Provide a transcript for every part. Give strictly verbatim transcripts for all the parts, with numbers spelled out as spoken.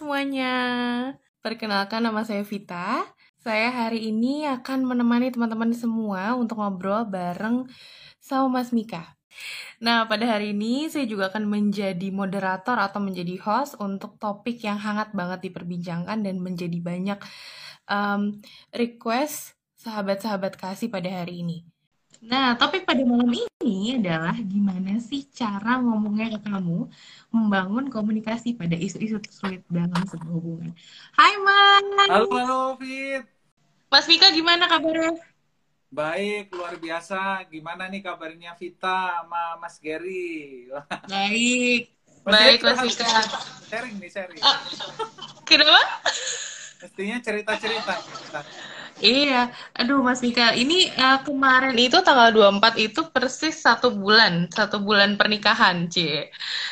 semuanya. Perkenalkan, nama saya Vita. Saya hari ini akan menemani teman-teman semua untuk ngobrol bareng sama Mas Mika. Nah, pada hari ini saya juga akan menjadi moderator atau menjadi host untuk topik yang hangat banget diperbincangkan dan menjadi banyak um, request sahabat-sahabat kasih pada hari ini. Nah, topik pada malam ini adalah gimana sih cara ngomongnya ke kamu membangun komunikasi pada isu-isu sulit dalam sebuah hubungan. Hai, Mas. Halo, halo, Fit. Mas Mika, gimana kabarnya? Baik, luar biasa. Gimana nih kabarnya Vita sama Mas Gary? Baik, Mas Gary baik, Mas harus Mika. sharing nih, sharing. Ah, kenapa? Mestinya cerita-cerita. Iya, aduh Mas Mika, ini uh, kemarin itu tanggal dua puluh empat itu persis satu bulan, satu bulan pernikahan, Cie.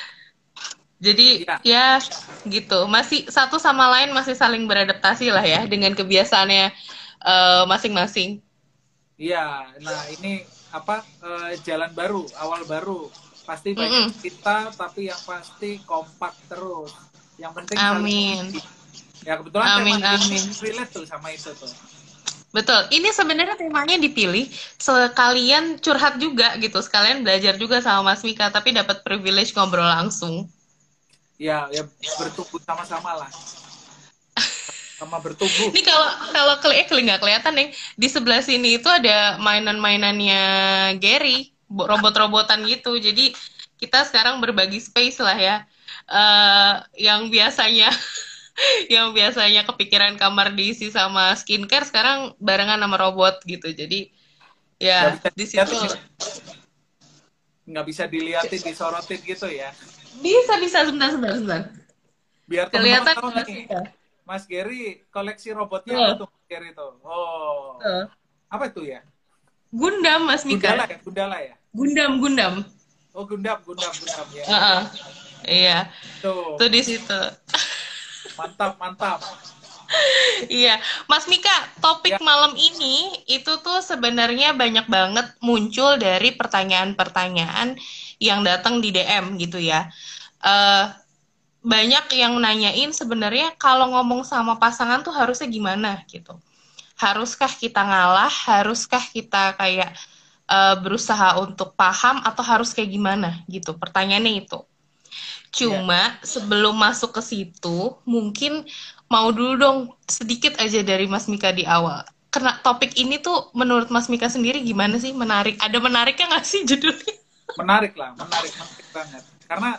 Jadi Iya, ya gitu, masih satu sama lain masih saling beradaptasi lah ya dengan kebiasaannya uh, masing-masing. iya. Nah, ini apa eh, jalan baru, awal baru. Pasti banyak Mm-mm. kita, tapi yang pasti kompak terus. Yang penting saling Amin, mengerti. Ya, kebetulan tema amin, hari ini amin. relate tuh sama itu tuh. Betul, ini sebenarnya temanya dipilih sekalian curhat juga gitu, sekalian belajar juga sama Mas Mika, tapi dapat privilege ngobrol langsung. Ya, ya bertumbuh sama-sama lah. Sama bertumbuh. Ini kalau kalau keli eh, keli nggak kelihatan nih, di sebelah sini itu ada mainan-mainannya Gary, bo- robot-robotan gitu. Jadi kita sekarang berbagi space lah ya. Eh, yang biasanya yang biasanya kepikiran kamar diisi sama skincare sekarang barengan sama robot gitu. Jadi Nggak ya bisa di dilihat situ ini, nggak bisa diliatin, disorotin gitu ya. bisa bisa sebentar sebentar sebentar. Biar teman-teman Kelihatan tahu Mas nih, Mika. Mas Gary koleksi robotnya apa Tuh, tuh Mas Gary tuh? Oh, tuh. apa itu ya? Gundam Mas Gundala Mika. ya, Gundala ya. Gundam Gundam. Oh, Gundam, Gundam, Gundam ya. Heeh. Iya, Tuh, tuh di situ. mantap, mantap. Iya, Mas Mika, Ya, topik malam ini itu tuh sebenarnya banyak banget muncul dari pertanyaan-pertanyaan yang datang di D M gitu ya. Eh banyak yang nanyain sebenarnya kalau ngomong sama pasangan tuh harusnya gimana gitu. Haruskah kita ngalah? Haruskah kita kayak eh, berusaha untuk paham atau harus kayak gimana gitu? Pertanyaannya itu. ya. Cuma sebelum masuk ke situ, mungkin mau dulu dong sedikit aja dari Mas Mika di awal. Karena topik ini tuh menurut Mas Mika sendiri gimana sih? Menarik. Ada menariknya nggak sih judulnya? Menarik lah, menarik, menarik banget. Karena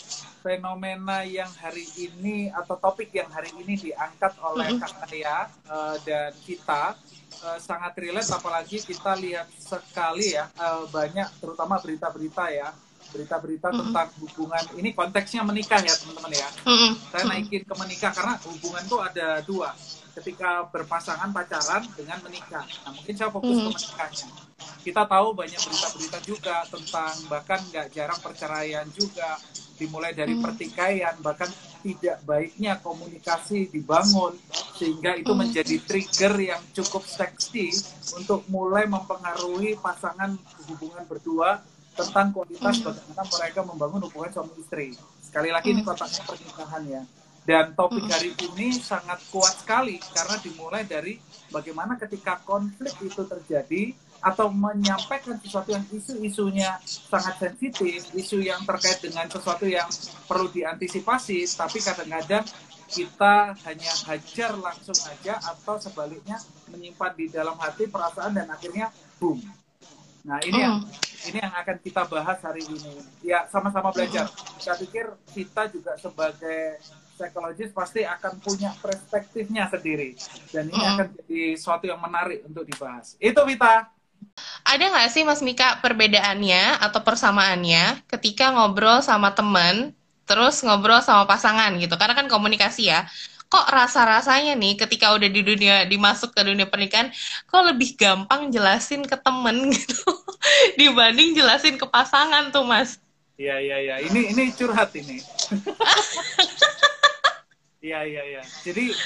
fenomena yang hari ini atau topik yang hari ini diangkat oleh Kak Aya uh, dan kita uh, sangat relate, apalagi kita lihat sekali ya uh, banyak terutama berita-berita ya berita-berita tentang hubungan ini, konteksnya menikah ya teman-teman ya. Saya naikin ke menikah karena hubungan tuh ada dua, ketika berpasangan pacaran dengan menikah. Nah mungkin saya fokus ke menikahnya. Kita tahu banyak berita-berita juga tentang bahkan nggak jarang perceraian juga, dimulai dari pertikaian, bahkan tidak baiknya komunikasi dibangun sehingga itu menjadi trigger yang cukup seksi untuk mulai mempengaruhi pasangan hubungan berdua tentang kualitas bagaimana mereka membangun hubungan suami istri. Sekali lagi ini kotaknya pernikahan ya. Dan topik hari ini sangat kuat sekali karena dimulai dari bagaimana ketika konflik itu terjadi atau menyampaikan sesuatu yang isu-isunya sangat sensitif, isu yang terkait dengan sesuatu yang perlu diantisipasi, tapi kadang-kadang kita hanya hajar langsung aja atau sebaliknya menyimpan di dalam hati perasaan dan akhirnya boom. Nah ini yang ini yang akan kita bahas hari ini. Ya sama-sama belajar. Saya pikir kita juga sebagai psikologis pasti akan punya perspektifnya sendiri. Dan ini akan jadi sesuatu yang menarik untuk dibahas. Itu Vita. Ada nggak sih Mas Mika perbedaannya atau persamaannya ketika ngobrol sama teman, terus ngobrol sama pasangan gitu? Karena kan komunikasi ya. Kok rasa-rasanya nih ketika udah di dunia, dimasuk ke dunia pernikahan, kok lebih gampang jelasin ke temen gitu dibanding jelasin ke pasangan tuh Mas? Iya iya iya. Ini ini curhat ini. Iya iya iya. Jadi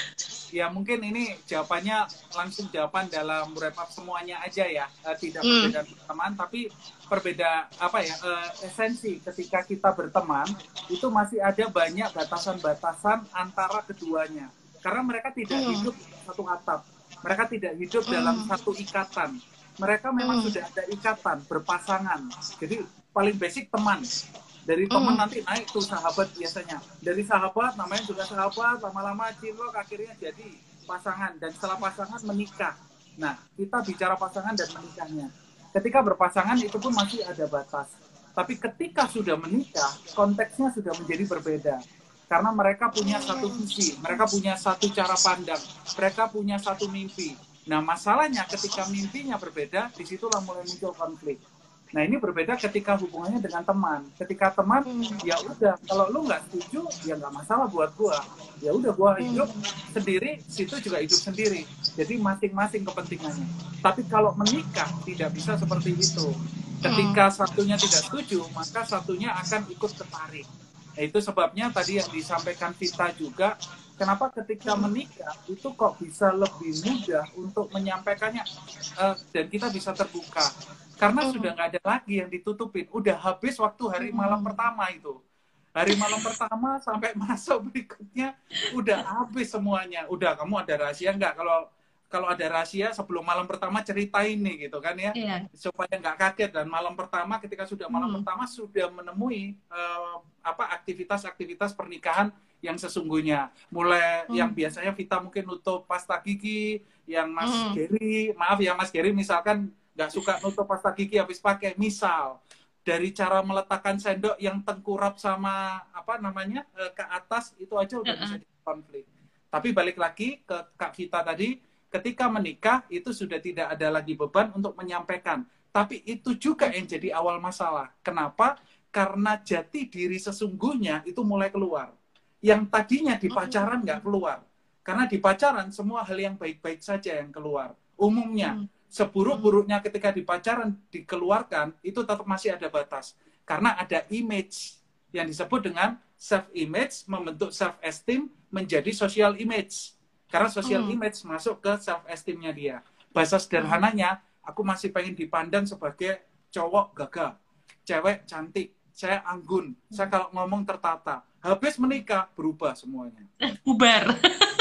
Ya mungkin ini jawabannya langsung jawaban dalam wrap up semuanya aja ya, uh, tidak Hmm. perbedaan teman, tapi perbeda apa ya uh, esensi ketika kita berteman itu masih ada banyak batasan-batasan antara keduanya, karena mereka tidak Hmm. hidup satu atap, mereka tidak hidup dalam Hmm. satu ikatan, mereka memang Hmm. sudah ada ikatan berpasangan. Jadi paling basic teman. Dari teman Hmm. nanti naik tuh sahabat biasanya. Dari sahabat namanya juga sahabat, lama-lama cinlok akhirnya jadi pasangan. Dan setelah pasangan menikah. Nah, kita bicara pasangan dan menikahnya. Ketika berpasangan itu pun masih ada batas. Tapi ketika sudah menikah, konteksnya sudah menjadi berbeda. Karena mereka punya satu visi, mereka punya satu cara pandang, mereka punya satu mimpi. Nah, masalahnya ketika mimpinya berbeda, disitulah mulai muncul konflik. Nah, ini berbeda ketika hubungannya dengan teman. Ketika teman, ya udah, kalau lu nggak setuju, ya nggak masalah buat gua. Ya udah, gua hidup sendiri, situ juga hidup sendiri. Jadi masing-masing kepentingannya. Tapi kalau menikah tidak bisa seperti itu. Ketika satunya tidak setuju, maka satunya akan ikut tertarik. Nah, itu sebabnya tadi yang disampaikan Vita juga, kenapa ketika menikah itu kok bisa lebih mudah untuk menyampaikannya, uh, dan kita bisa terbuka. Karena sudah nggak ada lagi yang ditutupin. Udah habis waktu hari malam pertama itu. Hari malam pertama sampai masuk berikutnya udah habis semuanya. Udah, kamu ada rahasia nggak? Kalau kalau ada rahasia sebelum malam pertama ceritain nih gitu kan ya. Yeah. Supaya nggak kaget. Dan malam pertama, ketika sudah malam hmm. pertama sudah menemui uh, apa aktivitas-aktivitas pernikahan yang sesungguhnya. Mulai hmm. yang biasanya Vita mungkin nutup pasta gigi, yang Mas hmm. Gary, maaf ya Mas Gary misalkan nggak suka nutup pasta gigi habis pakai, misal dari cara meletakkan sendok yang tengkurap sama apa namanya ke atas itu aja udah bisa jadi konflik. Tapi balik lagi ke Kak Vita tadi, ketika menikah itu sudah tidak ada lagi beban untuk menyampaikan. Tapi itu juga yang jadi awal masalah. Kenapa? Karena jati diri sesungguhnya itu mulai keluar. Yang tadinya di pacaran nggak keluar. Karena di pacaran semua hal yang baik-baik saja yang keluar. Umumnya. Seburuk-buruknya ketika di pacaran dikeluarkan, itu tetap masih ada batas. Karena ada image yang disebut dengan self-image, membentuk self-esteem menjadi social image. Karena social mm. image masuk ke self-esteemnya dia. Bahasa sederhananya, aku masih pengen dipandang sebagai cowok gagah, cewek cantik, saya anggun, saya kalau ngomong tertata. Habis menikah, berubah semuanya. Bubar.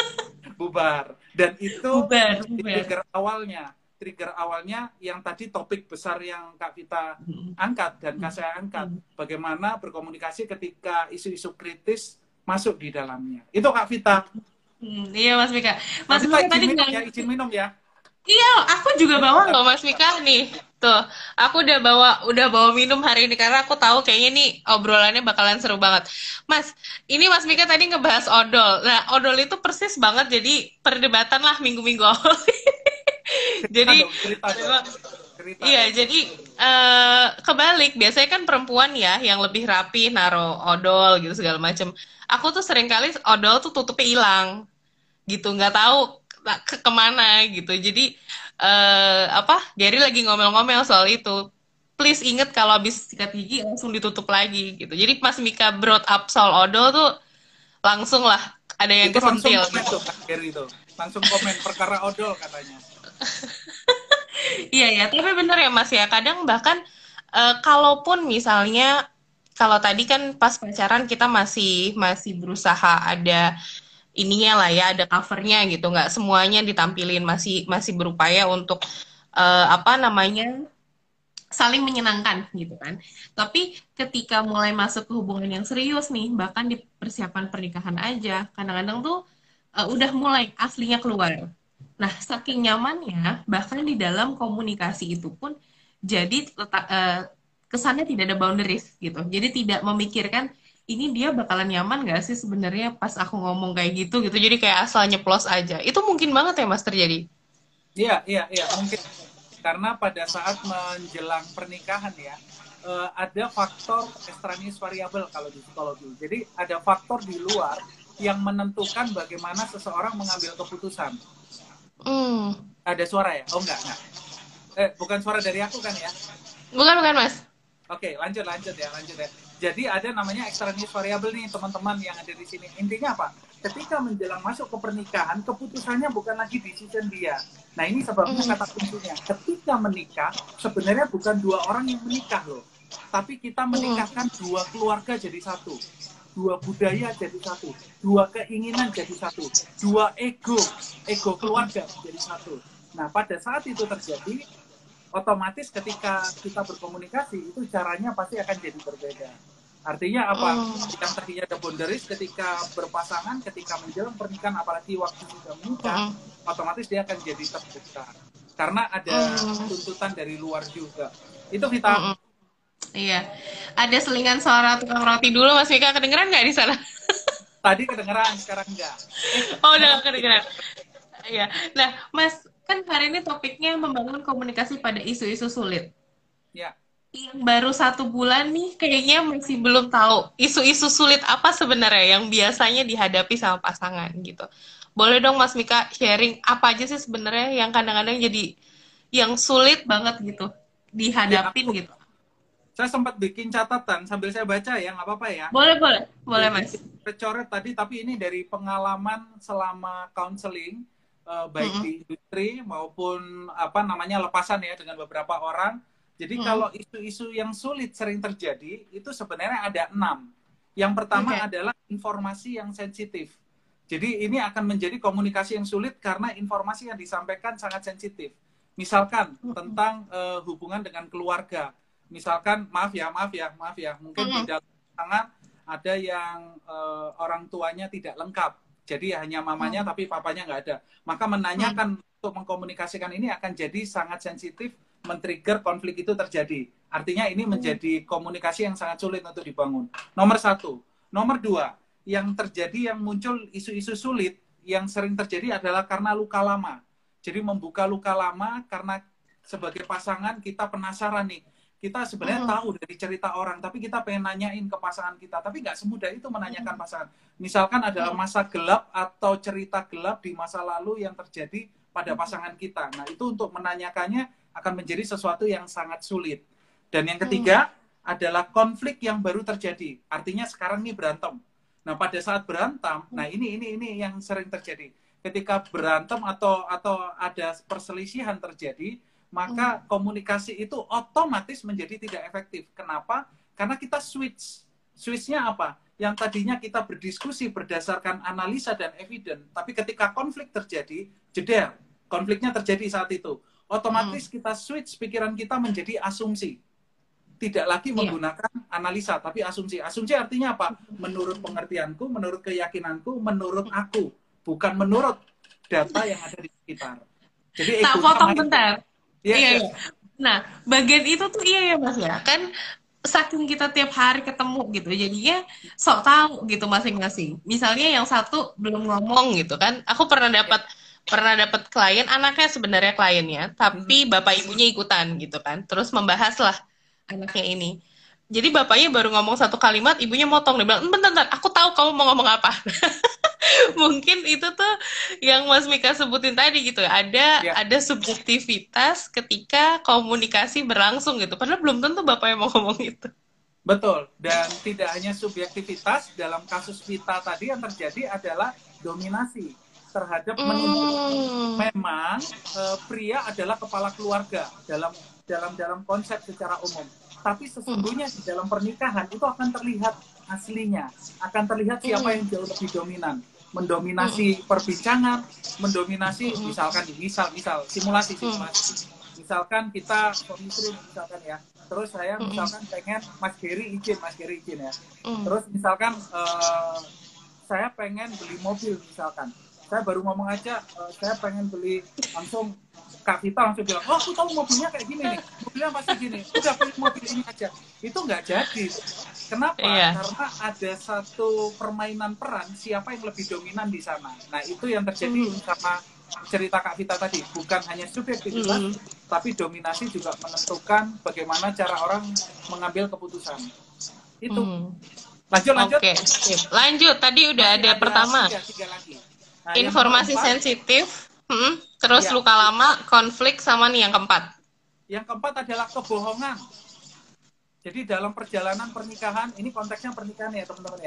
Bubar. Dan itu bubar, bubar. trigger awalnya. Trigger awalnya yang tadi topik besar yang Kak Vita angkat dan Kak saya angkat. Bagaimana berkomunikasi ketika isu-isu kritis masuk di dalamnya. Itu Kak Vita. Hmm, iya Mas Mika. Mas Mika tadi minum ya, izin minum ya. Iya, aku juga bawa loh Mas Mika nih. Tuh, aku udah bawa udah bawa minum hari ini karena aku tahu kayaknya nih obrolannya bakalan seru banget. Mas, ini Mas Mika tadi ngebahas odol. Nah, odol itu persis banget jadi perdebatan lah minggu-minggu awal. Jadi cerita dong, cerita iya, dong. jadi uh, kebalik. Biasanya kan perempuan ya yang lebih rapi naro odol gitu segala macem. Aku tuh sering kali odol tuh tutupnya hilang, gitu, nggak tahu ke kemana gitu. Jadi uh, apa? Gary lagi ngomel-ngomel soal itu. Please inget kalau habis sikat gigi langsung ditutup lagi gitu. Jadi pas Mika brought up soal odol tuh langsung lah ada yang itu kesentil. Langsung gitu. Gary tuh langsung komen perkara odol katanya. Iya ya, tapi bener ya Mas ya. Kadang bahkan uh, kalaupun misalnya kalau tadi kan pas pacaran kita masih masih berusaha ada ininya lah ya, ada covernya gitu, nggak semuanya ditampilin, masih masih berupaya untuk uh, apa namanya saling menyenangkan gitu kan. Tapi ketika mulai masuk ke hubungan yang serius nih, bahkan di persiapan pernikahan aja, kadang-kadang tuh uh, udah mulai aslinya keluar. Nah, saking nyamannya, bahkan di dalam komunikasi itu pun jadi letak, uh, kesannya tidak ada boundaries gitu. Jadi tidak memikirkan ini dia bakalan nyaman gak sih sebenarnya pas aku ngomong kayak gitu gitu. Jadi kayak asal nyeplos aja. Itu mungkin banget ya Mas terjadi. Iya, iya, iya, mungkin. Karena pada saat menjelang pernikahan ya, uh, ada faktor extraneous variable kalau di psikologi. Jadi ada faktor di luar yang menentukan bagaimana seseorang mengambil keputusan. Mm. Ada suara ya? Oh enggak, enggak. Eh, bukan suara dari aku kan ya? Bukan, bukan Mas. Oke, lanjut, lanjut ya, lanjut ya. Jadi ada namanya extraneous variable nih teman-teman yang ada di sini. Intinya apa? ketika menjelang masuk ke pernikahan, keputusannya bukan lagi decision dia. Nah, ini sebabnya Mm. kata kuncinya. Ketika menikah, sebenarnya bukan dua orang yang menikah loh. Tapi kita menikahkan dua keluarga jadi satu. Dua budaya jadi satu. Dua keinginan jadi satu. Dua ego, ego keluarga jadi satu. Nah, pada saat itu terjadi, otomatis ketika kita berkomunikasi, itu caranya pasti akan jadi berbeda. Artinya apa? Mm. Yang tadinya ada boundaries ketika berpasangan, ketika menjelang pernikahan, apalagi waktu sudah menikah, Mm. otomatis dia akan jadi terbuka. Karena ada Mm. tuntutan dari luar juga. Itu kita. Mm-mm. Iya. Ada selingan suara tukang roti dulu, Mas Mika. Kedengeran nggak di sana? Tadi kedengeran, sekarang enggak. Eh, Oh, udah kedengeran. Iya. Nah, Mas, kan hari ini topiknya membangun komunikasi pada isu-isu sulit. ya. Yang baru satu bulan nih, kayaknya masih belum tahu isu-isu sulit apa sebenarnya yang biasanya dihadapi sama pasangan gitu. Boleh dong Mas Mika sharing apa aja sih sebenarnya yang kadang-kadang jadi yang sulit banget gitu Ya, dihadapin aku, gitu. saya sempat bikin catatan sambil saya baca ya, nggak apa-apa ya. Boleh, boleh. Boleh, Mas. Sedikit kecoret tadi, tapi ini dari pengalaman selama counseling, eh, baik Mm-mm. di industri maupun apa namanya lepasan ya dengan beberapa orang. Jadi Mm-mm. kalau isu-isu yang sulit sering terjadi, itu sebenarnya ada enam. Yang pertama Oke. adalah informasi yang sensitif. Jadi ini akan menjadi komunikasi yang sulit karena informasi yang disampaikan sangat sensitif. Misalkan tentang eh, hubungan dengan keluarga. Misalkan, maaf ya, maaf ya, maaf ya, mungkin di Mm-mm. dalam pasangan ada yang uh, orang tuanya tidak lengkap, jadi hanya mamanya Mm. tapi papanya nggak ada. Maka menanyakan untuk mengkomunikasikan ini akan jadi sangat sensitif, men-trigger konflik itu terjadi. Artinya ini menjadi komunikasi yang sangat sulit untuk dibangun. Nomor satu. Nomor dua, yang terjadi yang muncul isu-isu sulit yang sering terjadi adalah karena luka lama. Jadi membuka luka lama karena sebagai pasangan kita penasaran nih, kita sebenarnya Mm-mm. tahu dari cerita orang, tapi kita pengen nanyain ke pasangan kita. Tapi nggak semudah itu menanyakan pasangan. Misalkan adalah masa gelap atau cerita gelap di masa lalu yang terjadi pada pasangan kita. Nah, itu untuk menanyakannya akan menjadi sesuatu yang sangat sulit. Dan yang ketiga adalah konflik yang baru terjadi. Artinya sekarang ini berantem. Nah, pada saat berantem, nah ini ini ini yang sering terjadi. Ketika berantem atau atau ada perselisihan terjadi, maka komunikasi itu otomatis menjadi tidak efektif. Kenapa? Karena kita switch. Switch-nya apa? Yang tadinya kita berdiskusi berdasarkan analisa dan evidence, tapi ketika konflik terjadi, jeder. Konfliknya terjadi saat itu. Otomatis kita switch pikiran kita menjadi asumsi. Tidak lagi Iya. menggunakan analisa, tapi asumsi. Asumsi artinya apa? Menurut pengertianku, menurut keyakinanku, menurut aku. Bukan menurut data yang ada di sekitar. Jadi Tak egonya potong main. bentar. Yes, Iya, yes. iya. Nah, bagian itu tuh iya ya Mas ya. Kan saking kita tiap hari ketemu gitu, jadinya sok tahu gitu masing-masing. Misalnya yang satu belum ngomong gitu kan. Aku pernah dapat pernah dapat klien, anaknya sebenarnya kliennya, tapi bapak ibunya ikutan gitu kan. Terus membahas lah anaknya ini. Jadi bapaknya baru ngomong satu kalimat, ibunya motong. Dia bilang, bentar, bentar, aku tahu kamu mau ngomong apa. Mungkin itu tuh yang Mas Mika sebutin tadi gitu ya. Ada Ya. ada subjektivitas ketika komunikasi berlangsung gitu. Padahal belum tentu bapak yang mau ngomong itu. Betul. Dan tidak hanya subjektivitas, dalam kasus Vita tadi yang terjadi adalah dominasi terhadap menuntut. Hmm. Memang eh, pria adalah kepala keluarga dalam dalam dalam konsep secara umum. Tapi sesungguhnya di dalam pernikahan itu akan terlihat aslinya, akan terlihat siapa yang jauh lebih dominan, mendominasi perbincangan, mendominasi misalkan misal misal simulasi simulasi. Misalkan kita suami istri misalkan ya, terus saya misalkan pengen Mas Geri izin, Mas Geri izin ya. Terus misalkan uh, saya pengen beli mobil misalkan, saya baru ngomong aja uh, saya pengen beli, langsung Kak Vita langsung bilang, oh aku tahu mobilnya kayak gini nih, mobilnya pasti gini, udah beli mobil ini aja. Itu nggak jadi. Kenapa? Iya. Karena ada satu permainan peran siapa yang lebih dominan di sana. Nah itu yang terjadi sama cerita Kak Vita tadi, bukan hanya subjektivitas, mm. tapi dominasi juga menentukan bagaimana cara orang mengambil keputusan. Itu. Mm. Lanjut, lanjut. Oke, okay. Lanjut. Tadi udah ada, ada pertama. Tiga, tiga lagi. Nah, informasi keempat, sensitif, hmm, terus ya. Luka lama, konflik, sama nih yang keempat. Yang keempat adalah kebohongan. Jadi dalam perjalanan pernikahan, ini konteksnya pernikahan ya teman-teman ya.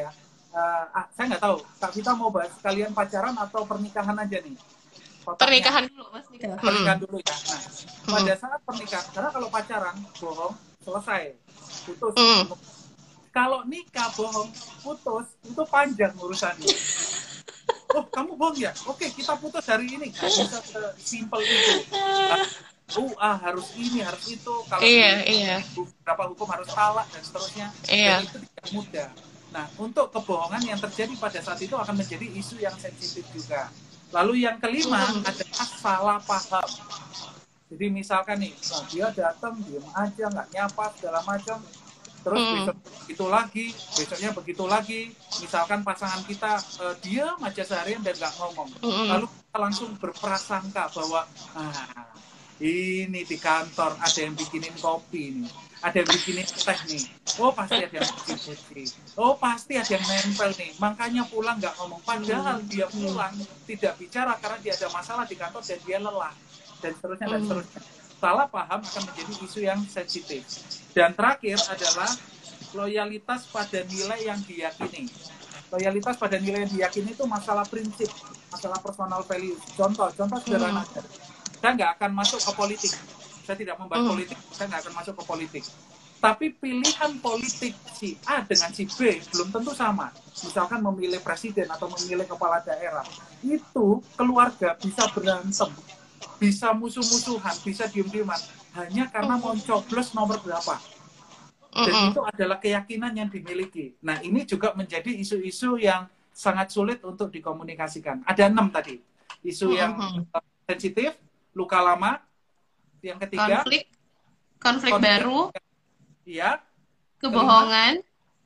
uh, ah, saya nggak tahu, Kak Vita mau bahas kalian pacaran atau pernikahan aja nih? Kotaknya. Pernikahan dulu, Mas Mika. Pernikahan Hmm. dulu ya. Nah, pada saat pernikahan, karena kalau pacaran, bohong, selesai. Putus. Hmm. Kalau nikah, bohong, putus, itu panjang urusannya. Oh, kamu bohong ya? Oke, kita putus hari ini. Gak bisa simpel itu. Uh, ah, harus ini, harus itu. Kalau Iya, di iya. beberapa hukum harus talak dan seterusnya. Iya. Dan itu tidak mudah. Nah, untuk kebohongan yang terjadi pada saat itu akan menjadi isu yang sensitif juga. Lalu yang kelima adalah salah paham. Jadi misalkan nih, nah dia datang, diem aja, nggak nyapa, segala macam. Terus Hmm. besok begitu lagi, besoknya begitu lagi. Misalkan pasangan kita uh, diam aja seharian dan nggak ngomong. Hmm. Lalu kita langsung berprasangka bahwa ah, ini di kantor ada yang bikinin kopi nih, ada yang bikinin teh nih. Oh pasti ada yang cuci-cuci. Oh pasti ada yang nempel nih. Makanya pulang nggak ngomong. Padahal dia pulang tidak bicara karena dia ada masalah di kantor dan dia lelah dan seterusnya dan seterusnya. Salah paham akan menjadi isu yang sensitif. Dan terakhir adalah loyalitas pada nilai yang diyakini. Loyalitas pada nilai yang diyakini itu masalah prinsip, masalah personal value. Contoh, contoh sederhana. Saya nggak akan masuk ke politik. Saya tidak membahas mm. politik, saya nggak akan masuk ke politik. Tapi pilihan politik si A dengan si B belum tentu sama. Misalkan memilih presiden atau memilih kepala daerah. Itu keluarga bisa berantem, bisa musuh-musuhan, bisa diem-dieman. Hanya karena mau coblos nomor berapa. Dan mm-mm. itu adalah keyakinan yang dimiliki. Nah ini juga menjadi isu-isu yang sangat sulit untuk dikomunikasikan. Ada enam tadi. Isu yang uh, sensitif, luka lama, yang ketiga konflik, konflik, konflik baru, ya, kebohongan,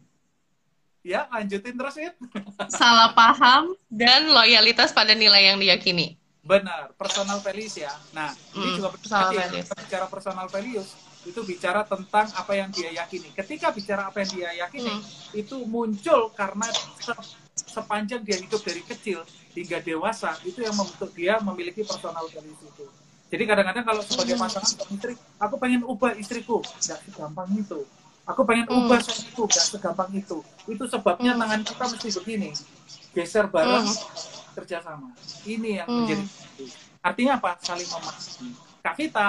ya lanjutin terus ya, salah paham dan loyalitas pada nilai yang diyakini. Benar, personal values ya. Nah mm, ini juga berarti bicara personal values itu bicara tentang apa yang dia yakini. Ketika bicara apa yang dia yakini mm. itu muncul karena sepanjang dia hidup dari kecil hingga dewasa itu yang membentuk dia memiliki personal values itu. Jadi kadang-kadang kalau sebagai pasangan istri, aku pengen ubah istriku, nggak segampang itu. Aku pengen mm. ubah suamiku, nggak segampang itu. Itu sebabnya mm. tangan kita mesti begini, geser bareng, mm. kerjasama. Ini yang mm. menjadi. Artinya apa? Saling memahami. Kak Vita.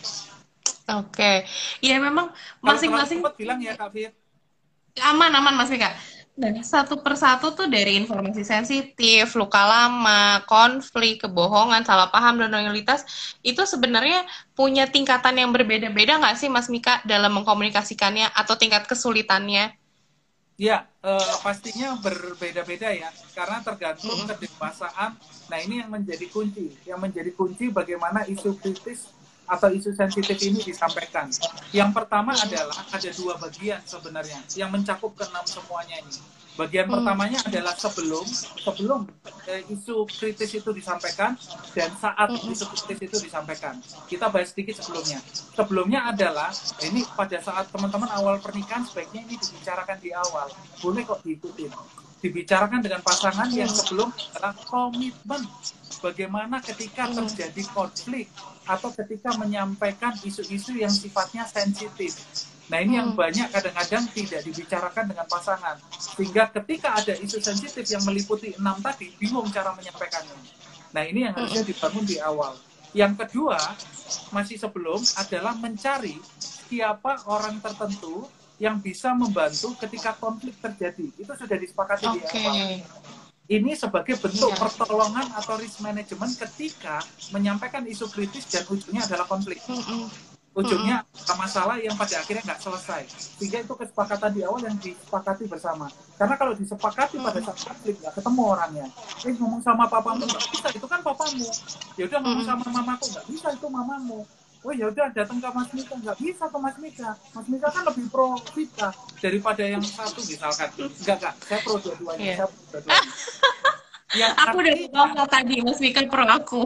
Oke, okay. Ya memang masing-masing. Bilang ya Kak Vita. Aman, aman Mas Mika. Dan satu persatu tuh dari informasi sensitif, luka lama, konflik, kebohongan, salah paham, dan loyalitas itu sebenarnya punya tingkatan yang berbeda-beda nggak sih Mas Mika dalam mengkomunikasikannya atau tingkat kesulitannya? Ya, eh, pastinya berbeda-beda ya, karena tergantung mm-hmm. kedewasaan. Nah ini yang menjadi kunci, yang menjadi kunci bagaimana isu kritis atau isu sensitif ini disampaikan. Yang pertama adalah ada dua bagian sebenarnya yang mencakup keenam semuanya ini. Bagian hmm. pertamanya adalah sebelum sebelum eh, isu kritis itu disampaikan dan saat hmm. isu kritis itu disampaikan. Kita bahas sedikit sebelumnya. Sebelumnya adalah ini pada saat teman-teman awal pernikahan sebaiknya ini dibicarakan di awal. Boleh kok diikutin. Dibicarakan dengan pasangan yang sebelum adalah komitmen. Bagaimana ketika terjadi konflik atau ketika menyampaikan isu-isu yang sifatnya sensitif. Nah ini yang banyak kadang-kadang tidak dibicarakan dengan pasangan. Sehingga ketika ada isu sensitif yang meliputi enam tadi, bingung cara menyampaikannya. Nah ini yang harusnya dibangun di awal. Yang kedua, masih sebelum adalah mencari siapa orang tertentu yang bisa membantu ketika konflik terjadi. Itu sudah disepakati okay. di awal. Ini sebagai bentuk yeah. pertolongan atau risk management ketika menyampaikan isu kritis dan ujungnya adalah konflik. Mm-mm. Ujungnya Mm-mm. masalah yang pada akhirnya nggak selesai. Sehingga itu kesepakatan di awal yang disepakati bersama. Karena kalau disepakati Mm-mm. pada saat konflik nggak ketemu orangnya. Eh ngomong sama papamu nggak bisa, itu kan papamu. Ya udah ngomong sama mamaku nggak bisa, itu mamamu. Oh ya udah datang ke Mas Mika, nggak bisa ke Mas Mika. Mas Mika kan lebih pro Vita daripada yang satu misalkan. Enggak kak, saya pro dua-duanya. Yeah. Saya pro dua-duanya. Yang aku udah ngomong tadi Mas Mika pro aku.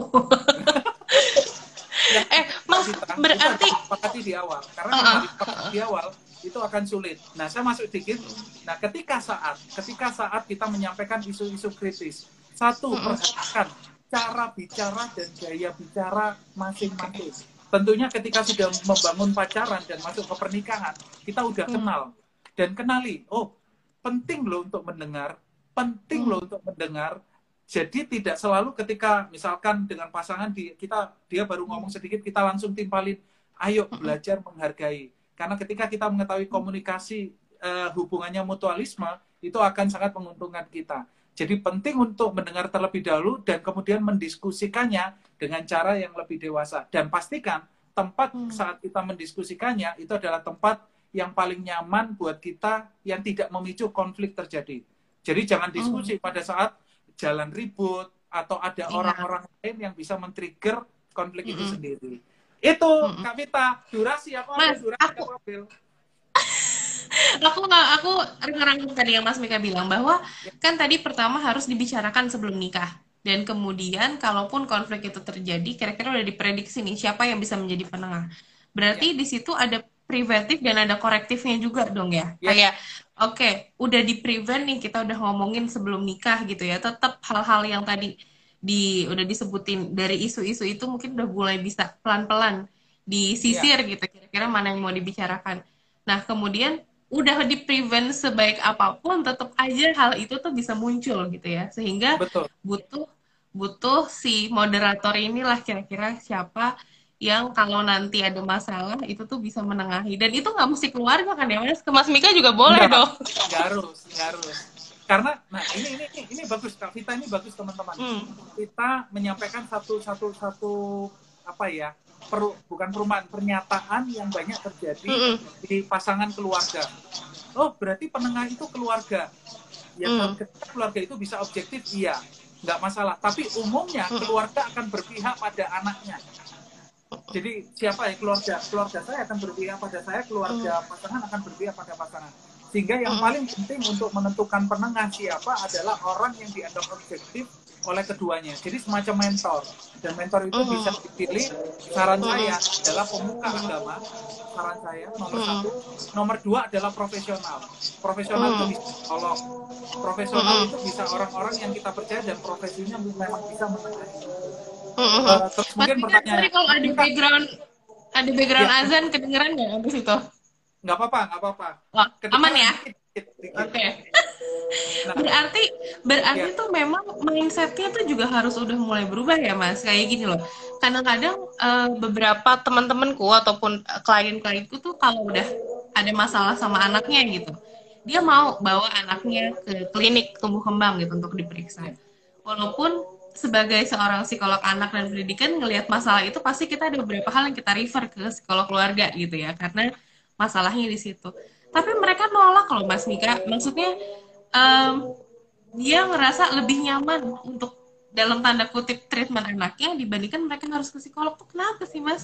eh Mas kita, berarti sepakati di awal karena uh-uh. kalau di awal itu akan sulit. Nah saya masuk dikit. Nah ketika saat ketika saat kita menyampaikan isu-isu kritis, satu uh-uh. perhatikan cara bicara dan gaya bicara masing-masing. Tentunya ketika sudah membangun pacaran dan masuk ke pernikahan, kita udah kenal. Dan kenali, oh penting loh untuk mendengar, penting Hmm. loh untuk mendengar. Jadi tidak selalu ketika misalkan dengan pasangan di, kita dia baru ngomong sedikit kita langsung timpalin, ayo belajar menghargai. Karena ketika kita mengetahui komunikasi uh, hubungannya mutualisme, itu akan sangat menguntungkan kita. Jadi penting untuk mendengar terlebih dahulu dan kemudian mendiskusikannya dengan cara yang lebih dewasa. Dan pastikan tempat saat kita mendiskusikannya itu adalah tempat yang paling nyaman buat kita yang tidak memicu konflik terjadi. Jadi jangan diskusi pada saat jalan ribut atau ada orang-orang yeah. lain yang bisa men-trigger konflik mm-hmm. itu sendiri. Itu mm-hmm. Kak Vita, durasi aku Mas, ambil, durasi aku... aku ambil. aku nggak aku ngerangkum tadi yang Mas Mika bilang bahwa kan tadi pertama harus dibicarakan sebelum nikah dan kemudian kalaupun konflik itu terjadi kira-kira udah diprediksi nih siapa yang bisa menjadi penengah. Berarti ya. Di situ ada preventif dan ada korektifnya juga dong ya. ya. Kayak oke, okay, udah di prevent nih kita udah ngomongin sebelum nikah gitu ya. Tetap hal-hal yang tadi di udah disebutin dari isu-isu itu mungkin udah mulai bisa pelan-pelan disisir ya. Gitu kira-kira mana yang mau dibicarakan. Nah, kemudian udah di-prevent sebaik apapun, tetap aja hal itu tuh bisa muncul gitu ya. Sehingga Betul. butuh butuh si moderator inilah kira-kira siapa yang kalau nanti ada masalah itu tuh bisa menengahi. Dan itu nggak mesti keluarga kan ya Mas? Ke Mas Mika juga boleh Enggak, dong. Nggak harus, nggak harus. Karena, nah ini ini ini, ini bagus Kak Vita, ini bagus teman-teman. Hmm. Kita menyampaikan satu satu satu apa ya? Per, bukan perumahan, pernyataan yang banyak terjadi mm-hmm. di pasangan keluarga. Oh, berarti penengah itu keluarga. Ya, mm. ketika keluarga itu bisa objektif, iya, nggak masalah. Tapi umumnya keluarga akan berpihak pada anaknya. Jadi siapa ya keluarga? Keluarga saya akan berpihak pada saya, keluarga pasangan akan berpihak pada pasangan. Sehingga yang paling penting untuk menentukan penengah siapa adalah orang yang dianggap objektif oleh keduanya. Jadi semacam mentor. Dan mentor itu uh-huh. bisa dipilih, saran uh-huh. saya adalah pemuka agama, saran saya nomor uh-huh. satu. Nomor dua adalah profesional. Profesional uh-huh. itu bisa tolong. Profesional uh-huh. itu bisa orang-orang yang kita percaya dan profesinya memang bisa menengahi. Uh-huh. Uh, terus mungkin pertanyaan. Sorry kalau ada background, ada background ya. Azan kedengeran nggak habis itu? Nggak apa-apa, nggak apa-apa. Oh, aman ya? Oke. Okay. Nah, berarti berarti ya. Tuh memang mindsetnya tuh juga harus udah mulai berubah ya Mas. Kayak gini loh. Kadang-kadang uh, beberapa teman-temanku ataupun klien-klienku tuh kalau udah ada masalah sama anaknya gitu, dia mau bawa anaknya ke klinik tumbuh kembang gitu untuk diperiksa. Walaupun sebagai seorang psikolog anak dan pendidikan ngelihat masalah itu pasti kita ada beberapa hal yang kita refer ke psikolog keluarga gitu ya, karena masalahnya di situ. Tapi mereka nolak loh Mas Mika. Maksudnya um, dia ngerasa lebih nyaman untuk dalam tanda kutip treatment anaknya dibandingkan mereka harus ke psikolog. Tuh kenapa sih Mas?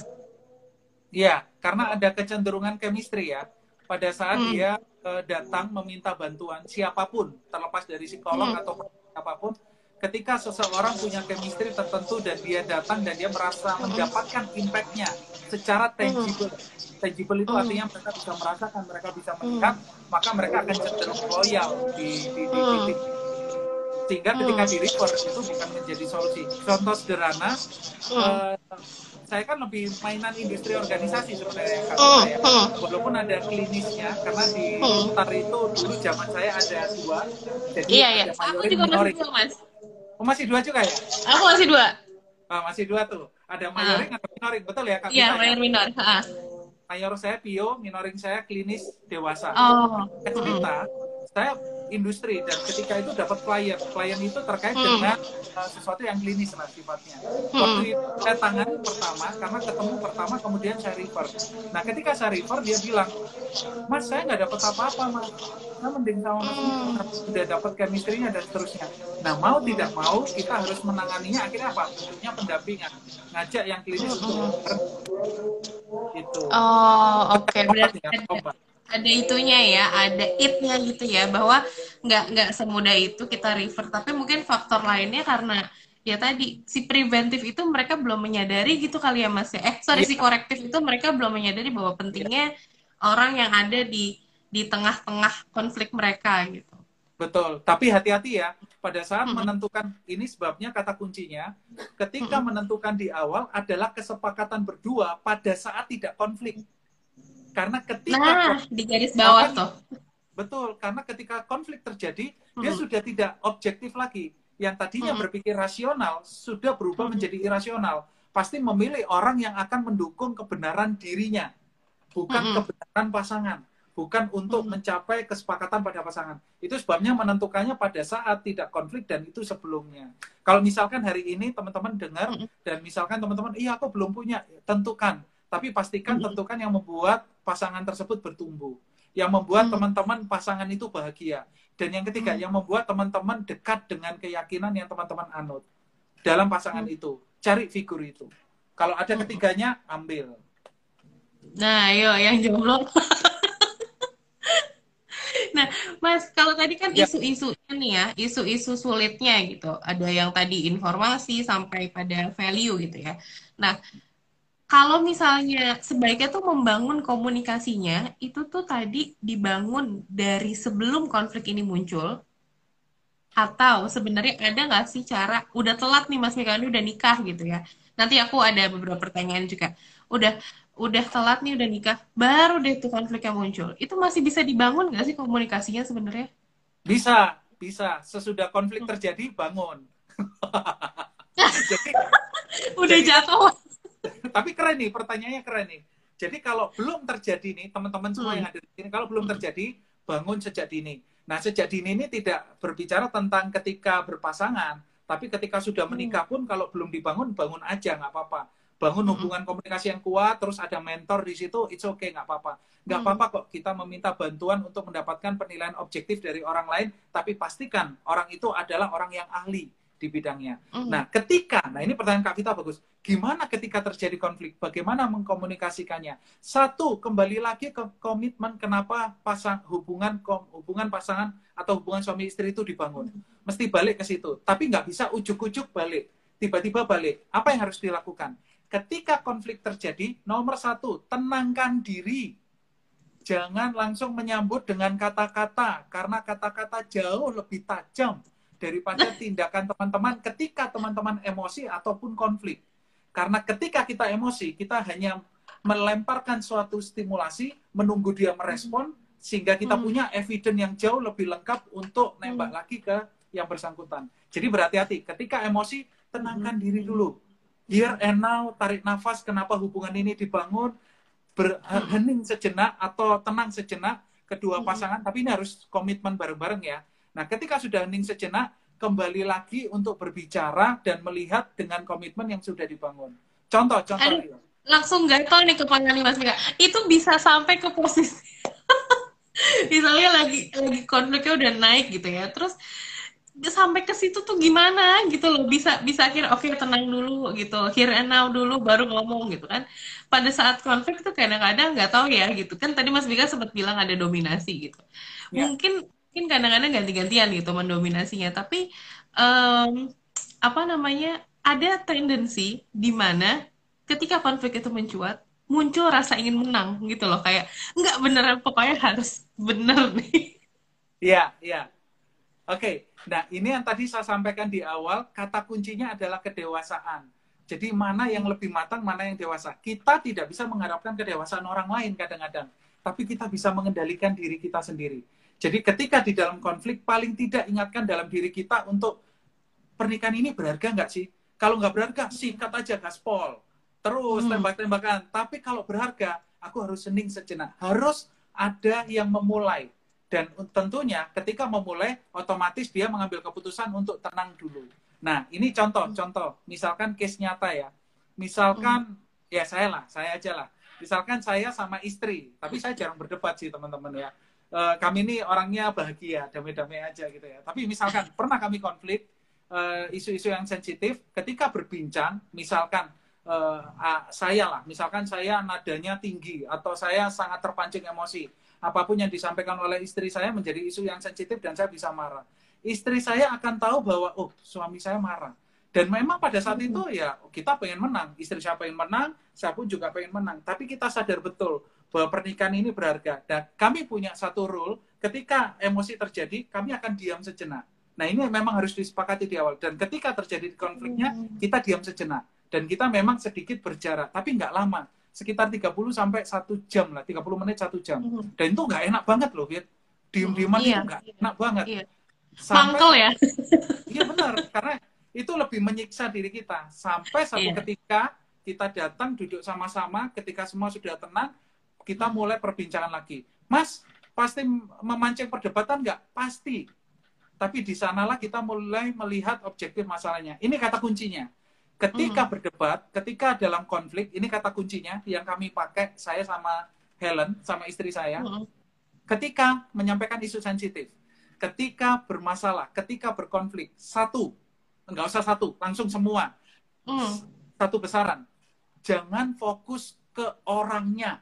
Iya, karena ada kecenderungan chemistry ya. Pada saat hmm. dia uh, datang meminta bantuan siapapun, terlepas dari psikolog hmm. atau siapapun, ketika seseorang punya chemistry tertentu dan dia datang dan dia merasa hmm. mendapatkan impact-nya secara tangible. Hmm. Tangible itu artinya mereka bisa merasakan, mereka bisa melihat, hmm. maka mereka akan cenderung loyal di di di titik. Sehingga ketika di refer itu bukan menjadi solusi. Contoh sederhana, hmm. uh, saya kan lebih mainan industri organisasi sebenarnya kan saya. Walaupun ada klinisnya, karena di Untar itu dulu zaman saya ada dua. Jadi iya, ada iya. Aku juga masih dua, Mas. Oh, masih dua juga ya? Aku masih dua. Oh, masih dua tuh. Ada mayoring atau minoring, betul ya Kak? Iya, mayor minor. Ha. Mayor saya pio, minoring saya klinis dewasa. Oh. Cerita, saya industri dan ketika itu dapat klien, klien itu terkait hmm. dengan uh, sesuatu yang klinis lah sifatnya. Hmm. Waktu itu saya tangani pertama, karena ketemu pertama, kemudian saya refer. Nah, ketika saya refer dia bilang, Mas saya nggak dapat apa-apa Mas. Saya mending sama Mas hmm. udah dapat chemistry-nya dan seterusnya. Nah, mau tidak mau kita harus menanganinya. Akhirnya apa? Bentuknya pendampingan, ngajak yang klinis hmm. untuk itu. Oh, oke. Okay. Berarti ada, ada itunya ya, ada it-nya gitu ya, bahwa nggak nggak semudah itu kita refer. Tapi mungkin faktor lainnya karena ya tadi si preventif itu mereka belum menyadari gitu kali ya Mas ya. Eh sorry yeah. si korektif itu mereka belum menyadari bahwa pentingnya yeah. orang yang ada di di tengah-tengah konflik mereka gitu. Betul, tapi hati-hati ya, pada saat hmm. menentukan, ini sebabnya kata kuncinya, ketika hmm. menentukan di awal adalah kesepakatan berdua pada saat tidak konflik. Karena ketika... Nah, di garis bawah tuh. betul. Karena ketika konflik terjadi, Hmm. dia sudah tidak objektif lagi. Yang tadinya Hmm. berpikir rasional, sudah berubah Hmm. menjadi irasional. Pasti memilih orang yang akan mendukung kebenaran dirinya, bukan Hmm. kebenaran pasangan. Bukan untuk Hmm. mencapai kesepakatan pada pasangan. Itu sebabnya menentukannya pada saat tidak konflik dan itu sebelumnya. Kalau misalkan hari ini teman-teman dengar, Hmm. dan misalkan teman-teman, iya aku belum punya, tentukan. Tapi pastikan Hmm. tentukan yang membuat pasangan tersebut bertumbuh. Yang membuat Hmm. teman-teman pasangan itu bahagia. Dan yang ketiga, Hmm. yang membuat teman-teman dekat dengan keyakinan yang teman-teman anut. Dalam pasangan Hmm. itu. Cari figur itu. Kalau ada Hmm. ketiganya, ambil. Nah, yo yang jomblo. Nah, Mas, kalau tadi kan Ya, isu-isunya nih ya, isu-isu sulitnya gitu. Ada yang tadi informasi sampai pada value gitu ya. Nah, kalau misalnya sebaiknya tuh membangun komunikasinya, itu tuh tadi dibangun dari sebelum konflik ini muncul, atau sebenarnya ada nggak sih cara, udah telat nih Mas Mika, ini udah nikah gitu ya. Nanti aku ada beberapa pertanyaan juga. Udah udah telat nih udah nikah, baru deh tuh konfliknya muncul. Itu masih bisa dibangun nggak sih komunikasinya sebenarnya? bisa. Bisa. Sesudah konflik terjadi, bangun. Jadi, Udah jadi kan, jatuh. tapi keren nih, pertanyaannya keren nih. Jadi kalau belum terjadi nih, teman-teman semua Hmm. yang ada di sini, kalau belum terjadi, bangun sejak dini. Nah, sejak dini ini tidak berbicara tentang ketika berpasangan, tapi ketika sudah Hmm. menikah pun kalau belum dibangun, bangun aja, nggak apa-apa. Bangun Hmm. hubungan komunikasi yang kuat, terus ada mentor di situ, it's okay, nggak apa-apa. Nggak Hmm. apa-apa kok kita meminta bantuan untuk mendapatkan penilaian objektif dari orang lain, tapi pastikan orang itu adalah orang yang ahli di bidangnya. Hmm. Nah, ketika, nah ini pertanyaan Kak Vita bagus, gimana ketika terjadi konflik? Bagaimana mengkomunikasikannya? Satu, kembali lagi ke komitmen kenapa pasang hubungan hubungan pasangan atau hubungan suami istri itu dibangun. Mesti balik ke situ. Tapi nggak bisa ujuk-ujuk balik. Tiba-tiba balik. Apa yang harus dilakukan? Ketika konflik terjadi, nomor satu, tenangkan diri. Jangan langsung menyambut dengan kata-kata, karena kata-kata jauh lebih tajam daripada tindakan teman-teman ketika teman-teman emosi ataupun konflik. Karena ketika kita emosi, kita hanya melemparkan suatu stimulasi, menunggu dia merespon, sehingga kita punya evidence yang jauh lebih lengkap untuk nembak lagi ke yang bersangkutan. Jadi berhati-hati, ketika emosi, tenangkan diri dulu. Here and now, tarik nafas, kenapa hubungan ini dibangun, berhening sejenak atau tenang sejenak kedua pasangan, tapi ini harus komitmen bareng-bareng ya. Nah, ketika sudah hening sejenak, kembali lagi untuk berbicara dan melihat dengan komitmen yang sudah dibangun. Contoh, contoh. Aduh, langsung gatel nih kepala nih Mas Mika. Itu bisa sampai ke posisi misalnya lagi lagi konfliknya udah naik gitu ya. Terus sampai ke situ tuh gimana gitu loh, bisa bisa akhirnya oke okay, tenang dulu gitu, here and now dulu baru ngomong gitu kan. Pada saat konflik tuh kadang-kadang nggak tahu ya gitu kan, tadi Mas Mika sempat bilang ada dominasi gitu, Ya, mungkin mungkin kadang-kadang ganti-gantian gitu mendominasinya, tapi um, apa namanya, ada tendensi di mana ketika konflik itu mencuat muncul rasa ingin menang gitu loh, kayak nggak beneran pokoknya harus bener nih. iya, iya. Oke, nah ini yang tadi saya sampaikan di awal, kata kuncinya adalah kedewasaan. Jadi mana yang lebih matang, mana yang dewasa. Kita tidak bisa mengharapkan kedewasaan orang lain kadang-kadang, tapi kita bisa mengendalikan diri kita sendiri. Jadi ketika di dalam konflik, paling tidak ingatkan dalam diri kita untuk pernikahan ini berharga nggak sih? Kalau nggak berharga, singkat aja gaspol. Terus Hmm. tembak-tembakan. Tapi kalau berharga, aku harus hening sejenak. Harus ada yang memulai. Dan tentunya ketika memulai, otomatis dia mengambil keputusan untuk tenang dulu. Nah, ini contoh-contoh. Misalkan case nyata ya. Misalkan, ya saya lah, saya aja lah. Misalkan saya sama istri, tapi saya jarang berdebat sih teman-teman ya. E, kami ini orangnya bahagia, damai-damai aja gitu ya. Tapi misalkan pernah kami konflik, isu-isu yang sensitif, ketika berbincang, misalkan uh, saya lah, misalkan saya nadanya tinggi, atau saya sangat terpancing emosi, apapun yang disampaikan oleh istri saya menjadi isu yang sensitif dan saya bisa marah. Istri saya akan tahu bahwa, oh suami saya marah. Dan memang pada saat itu ya kita pengen menang, istri saya pengen menang, saya pun juga pengen menang. Tapi kita sadar betul bahwa pernikahan ini berharga. Dan kami punya satu rule, ketika emosi terjadi, kami akan diam sejenak. Nah ini memang harus disepakati di awal. Dan ketika terjadi konfliknya, kita diam sejenak. Dan kita memang sedikit berjarak, tapi nggak lama. Sekitar tiga puluh sampai satu jam lah, tiga puluh menit satu jam. Dan itu nggak enak banget loh, Fit. diem-dieman itu Iya, nggak enak banget. iya. Sampai, Mangkel ya? iya benar, karena itu lebih menyiksa diri kita. Sampai satu Iya. ketika kita datang duduk sama-sama, ketika semua sudah tenang, kita mulai perbincangan lagi. Mas, pasti memancing perdebatan nggak? Pasti. Tapi di sanalah kita mulai melihat objektif masalahnya. Ini kata kuncinya. Ketika Mm. berdebat, ketika dalam konflik, ini kata kuncinya yang kami pakai, saya sama Helen, sama istri saya. Mm. Ketika menyampaikan isu sensitif, ketika bermasalah, ketika berkonflik, satu, nggak usah satu, langsung semua. Mm. Satu besaran. Jangan fokus ke orangnya,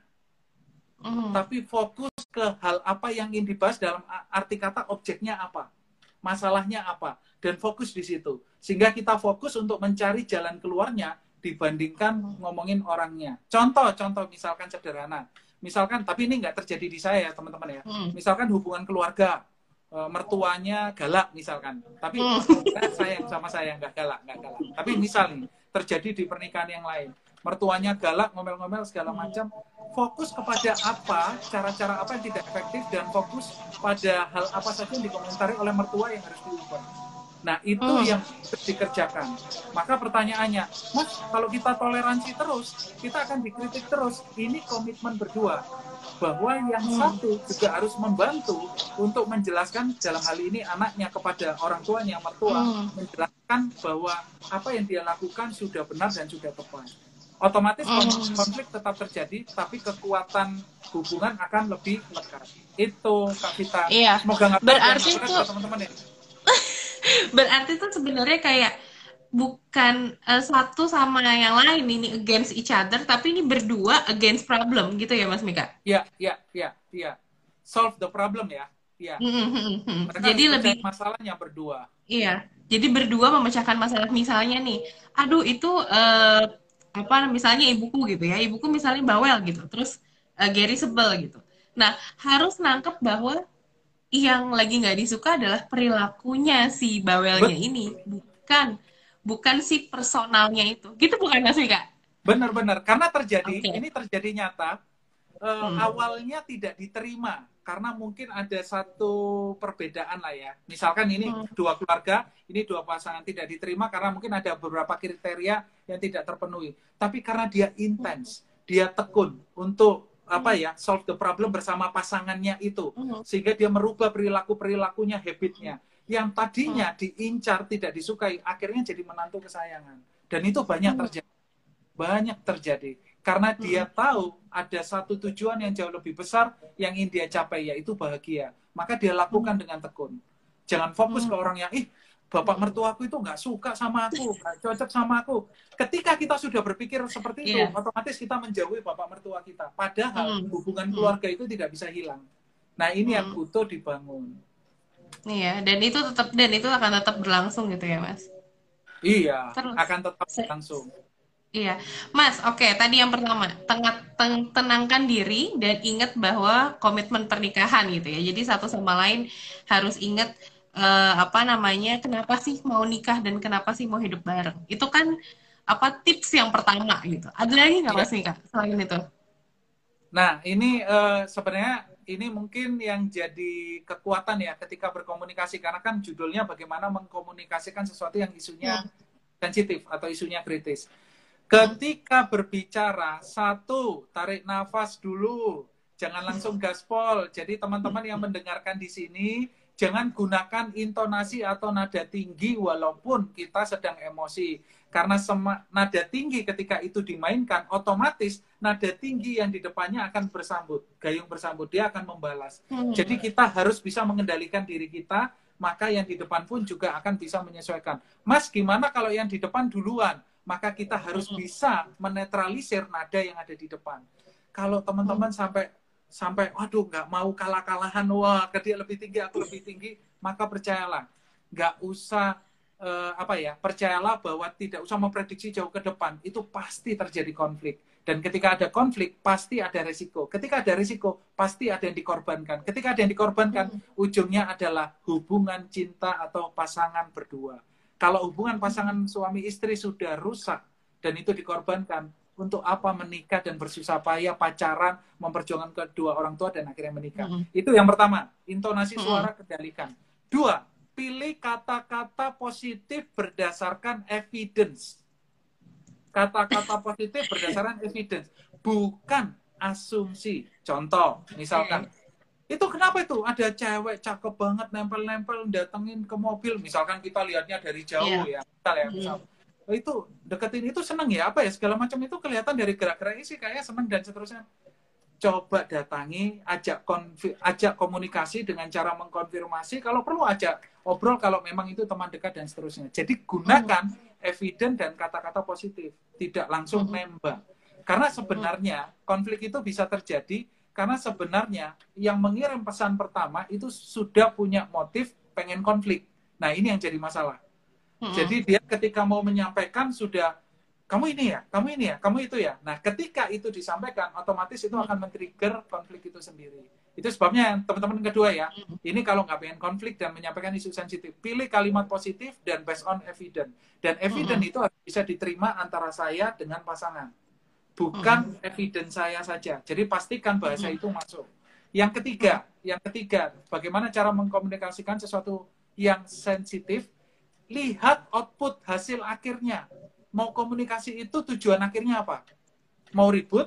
Mm. tapi fokus ke hal apa yang ingin dibahas dalam arti kata objeknya apa, masalahnya apa, dan fokus di situ. Sehingga kita fokus untuk mencari jalan keluarnya dibandingkan ngomongin orangnya. Contoh, contoh misalkan sederhana. Misalkan, tapi ini nggak terjadi di saya ya teman-teman ya. Mm. Misalkan hubungan keluarga, mertuanya galak misalkan, tapi Mm. sayang sama saya, nggak galak, nggak galak. Tapi misal nih, terjadi di pernikahan yang lain, mertuanya galak, ngomel-ngomel segala macam, fokus kepada apa, cara-cara apa yang tidak efektif, dan fokus pada hal apa saja yang dikomentari oleh mertua yang harus diubah. Nah, itu Mm. yang harus dikerjakan. Maka pertanyaannya, Mas, kalau kita toleransi terus, kita akan dikritik terus. Ini komitmen berdua. Bahwa yang Mm. satu juga harus membantu untuk menjelaskan dalam hal ini anaknya kepada orang tuanya, mertua, Mm. menjelaskan bahwa apa yang dia lakukan sudah benar dan sudah tepat. Otomatis Mm. konflik tetap terjadi, tapi kekuatan hubungan akan lebih lekat. Itu Kak Vita. Iya. Semoga nggak Berarti berat tuh buat teman-teman ya. berarti tuh sebenarnya kayak bukan uh, satu sama yang lain ini against each other, tapi ini berdua against problem gitu ya Mas Mika? Iya, iya, iya, iya. Solve the problem ya. Iya. Mm-hmm. Mereka Jadi harus lebih, percaya masalahnya berdua. iya. Jadi berdua memecahkan masalah. Misalnya nih, aduh itu uh, apa misalnya ibuku gitu ya, ibuku misalnya bawel gitu, terus uh, Gary sebel gitu. Nah, harus nangkep bahwa yang lagi nggak disuka adalah perilakunya si bawelnya Bet- ini, bukan bukan si personalnya itu. Gitu bukan Mas Mika? Benar-benar. Karena terjadi, Oke. ini terjadi nyata, eh, Hmm. awalnya tidak diterima. Karena mungkin ada satu perbedaan lah ya. Misalkan ini Hmm. dua keluarga, ini dua pasangan tidak diterima karena mungkin ada beberapa kriteria yang tidak terpenuhi. Tapi karena dia intens, dia tekun untuk apa ya, solve the problem bersama pasangannya itu. Hmm. Sehingga dia merubah perilaku-perilakunya, habitnya. Yang tadinya diincar, tidak disukai, akhirnya jadi menantu kesayangan. Dan itu banyak terjadi. Banyak terjadi. Karena dia tahu ada satu tujuan yang jauh lebih besar yang ingin dia capai, yaitu bahagia. Maka dia lakukan dengan tekun. Jangan fokus ke orang yang, ih, bapak mertuaku itu nggak suka sama aku, nggak cocok sama aku. Ketika kita sudah berpikir seperti itu, Iya. otomatis kita menjauhi bapak mertua kita. Padahal Hmm. hubungan Hmm. keluarga itu tidak bisa hilang. Nah, ini yang Hmm. butuh dibangun. Iya, dan itu tetap dan itu akan tetap berlangsung gitu ya, Mas. Iya, Terus, akan tetap se- langsung. iya, Mas. Oke, tadi yang pertama, tengah, teng- tenangkan diri dan ingat bahwa komitmen pernikahan gitu ya. Jadi satu sama lain harus ingat eh, apa namanya, kenapa sih mau nikah dan kenapa sih mau hidup bareng. Itu kan apa tips yang pertama gitu. Ada lagi nggak Iya. Mas Mika selain itu? Nah, ini eh, sebenarnya ini mungkin yang jadi kekuatan ya ketika berkomunikasi, karena kan judulnya bagaimana mengkomunikasikan sesuatu yang isunya Hmm. sensitif atau isunya kritis. Ketika berbicara, satu, tarik nafas dulu, jangan langsung gaspol. Jadi teman-teman yang mendengarkan di sini, jangan gunakan intonasi atau nada tinggi walaupun kita sedang emosi. Karena sema, nada tinggi ketika itu dimainkan, otomatis nada tinggi yang di depannya akan bersambut. Gayung bersambut, dia akan membalas. Hmm. Jadi kita harus bisa mengendalikan diri kita, maka yang di depan pun juga akan bisa menyesuaikan. Mas, gimana kalau yang di depan duluan? Maka kita harus bisa menetralisir nada yang ada di depan. Kalau teman-teman sampai sampai waduh nggak mau kalah-kalahan, wah dia lebih tinggi aku lebih tinggi, maka percayalah nggak usah eh, apa ya percayalah bahwa tidak usah memprediksi jauh ke depan, itu pasti terjadi konflik. Dan ketika ada konflik pasti ada resiko. Ketika ada resiko pasti ada yang dikorbankan. Ketika ada yang dikorbankan, ujungnya adalah hubungan cinta atau pasangan berdua. Kalau hubungan pasangan suami istri sudah rusak dan itu dikorbankan, Untuk apa menikah dan bersusah payah pacaran, memperjuangkan kedua orang tua dan akhirnya menikah. Mm-mm. Itu yang pertama, intonasi Mm-mm. suara kendalikan. Dua, pilih kata-kata positif berdasarkan evidence. Kata-kata positif berdasarkan evidence, bukan asumsi. Contoh, misalkan, itu kenapa itu ada cewek cakep banget nempel-nempel datengin ke mobil, misalkan kita lihatnya dari jauh Yeah. ya, misal ya, Mm. misal. Itu deketin itu seneng ya apa ya segala macam itu kelihatan dari gerak-geraknya sih kayaknya seneng dan seterusnya. Coba datangi, ajak konfi- ajak komunikasi dengan cara mengkonfirmasi, kalau perlu ajak obrol kalau memang itu teman dekat dan seterusnya. Jadi gunakan evidence dan kata-kata positif, tidak langsung nembak. Karena sebenarnya konflik itu bisa terjadi karena sebenarnya yang mengirim pesan pertama itu sudah punya motif pengen konflik. Nah, ini yang jadi masalah. Jadi dia ketika mau menyampaikan sudah, kamu ini ya, kamu ini ya, kamu itu ya. Nah, ketika itu disampaikan, otomatis itu akan men-trigger konflik itu sendiri. Itu sebabnya teman-teman kedua ya, ini kalau nggak pengen konflik dan menyampaikan isu sensitif, pilih kalimat positif dan based on evidence. Dan evidence itu bisa diterima antara saya dengan pasangan. Bukan evidence saya saja. Jadi pastikan bahasa itu masuk. Yang ketiga, yang ketiga, bagaimana cara mengkomunikasikan sesuatu yang sensitif, lihat output hasil akhirnya. Mau komunikasi itu tujuan akhirnya apa? Mau ribut?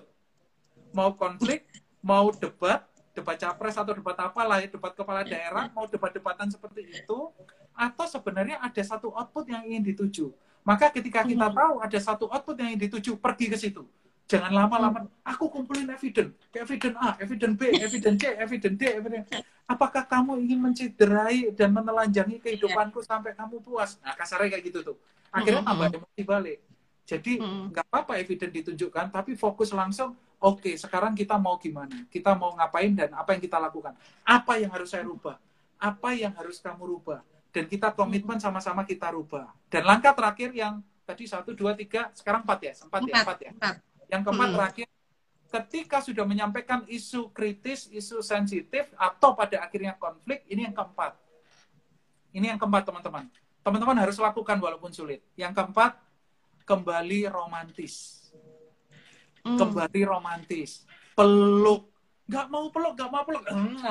Mau konflik? Mau debat? Debat capres atau debat apa lah, debat kepala daerah? Mau debat-debatan seperti itu? Atau sebenarnya ada satu output yang ingin dituju? Maka ketika kita tahu ada satu output yang ingin dituju, pergi ke situ. Jangan lama-lama, aku kumpulin evidence, evidence A, evidence B, evidence C, evidence D, evidence. Apakah kamu ingin menciderai dan menelanjangi kehidupanku sampai kamu puas? Nah, kasarnya kayak gitu tuh. Akhirnya tambah emosi balik. Jadi, nggak apa-apa evidence ditunjukkan, tapi fokus langsung, oke, okay, sekarang kita mau gimana? Kita mau ngapain dan apa yang kita lakukan? Apa yang harus saya rubah? Apa yang harus kamu rubah? Dan kita komitmen sama-sama kita rubah. Dan langkah terakhir yang tadi satu, dua, tiga, sekarang empat ya? Empat ya? Empat ya? Yang keempat terakhir, ketika sudah menyampaikan isu kritis, isu sensitif, atau pada akhirnya konflik, ini yang keempat. Ini yang keempat, teman-teman. Teman-teman harus lakukan walaupun sulit. Yang keempat, kembali romantis. Kembali romantis. Peluk. Nggak mau peluk, nggak mau peluk.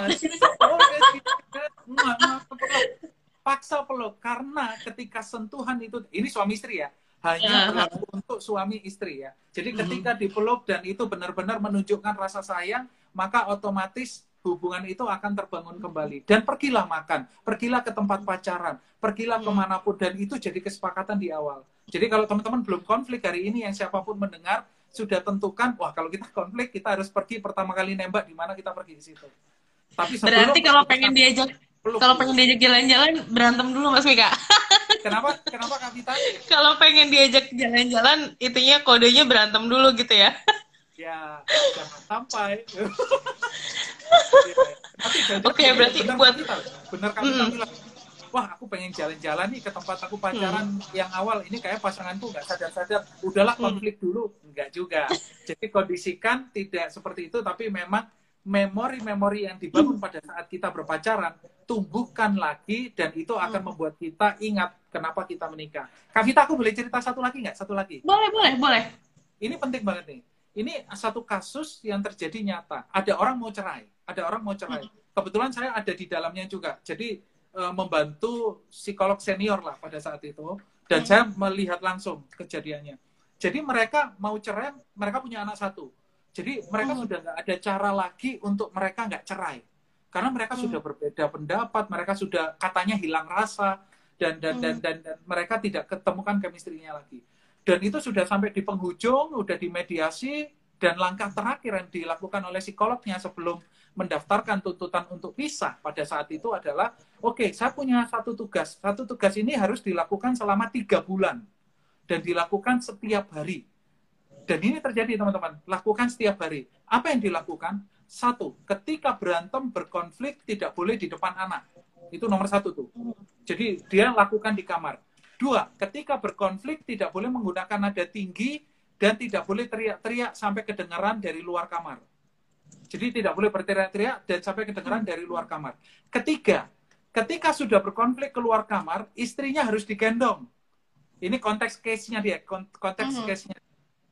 Paksa peluk. Karena ketika sentuhan itu, ini suami istri ya, hanya berlaku untuk suami istri ya. Jadi ketika dipeluk dan itu benar-benar menunjukkan rasa sayang, maka otomatis hubungan itu akan terbangun kembali. Dan pergilah makan, pergilah ke tempat pacaran, pergilah kemanapun, dan itu jadi kesepakatan di awal. Jadi kalau teman-teman belum konflik hari ini, yang siapapun mendengar, sudah tentukan, wah kalau kita konflik, kita harus pergi pertama kali nembak, di mana kita pergi di situ. Tapi sebelum berarti kalau pengen diajak, kalau pengen diajak jalan-jalan, berantem dulu Mas Mika. Kenapa? Kenapa Kak Vita? Kalau pengen diajak jalan-jalan, itunya kodenya berantem dulu gitu ya? Ya, jangan sampai. ya, Oke, okay, berarti benar buat Kak benar Kak Vita bilang, wah aku pengen jalan-jalan nih ke tempat aku pacaran hmm. yang awal, ini kayak pasanganku nggak sadar-sadar, udahlah konflik hmm. dulu. Enggak juga. Jadi kondisikan tidak seperti itu, tapi memang memori-memori yang dibangun pada saat kita berpacaran, tumbuhkan lagi, dan itu akan membuat kita ingat kenapa kita menikah. Kak Vita, aku boleh cerita satu lagi nggak? Satu lagi. Boleh, boleh, boleh. Ini penting banget nih. Ini satu kasus yang terjadi nyata. Ada orang mau cerai. Ada orang mau cerai. Kebetulan saya ada di dalamnya juga. Jadi e, membantu psikolog senior lah pada saat itu. Dan saya melihat langsung kejadiannya. Jadi mereka mau cerai, mereka punya anak satu. Jadi mereka hmm. sudah nggak ada cara lagi untuk mereka nggak cerai, karena mereka hmm. sudah berbeda pendapat, mereka sudah katanya hilang rasa dan dan, hmm. dan dan dan mereka tidak ketemukan chemistry-nya lagi. Dan itu sudah sampai di penghujung, sudah dimediasi, dan langkah terakhir yang dilakukan oleh psikolognya sebelum mendaftarkan tuntutan untuk pisah pada saat itu adalah, oke, okay, saya punya satu tugas, satu tugas ini harus dilakukan selama tiga bulan dan dilakukan setiap hari. Dan ini terjadi teman-teman, lakukan setiap hari. Apa yang dilakukan? Satu, ketika berantem, berkonflik, tidak boleh di depan anak. Itu nomor satu tuh. Jadi dia lakukan di kamar. Dua, ketika berkonflik, tidak boleh menggunakan nada tinggi, dan tidak boleh teriak-teriak sampai kedengaran dari luar kamar. Jadi tidak boleh berteriak-teriak dan sampai kedengaran dari luar kamar. Ketiga, ketika sudah berkonflik keluar kamar, istrinya harus digendong. Ini konteks case-nya dia, konteks mm-hmm. case-nya.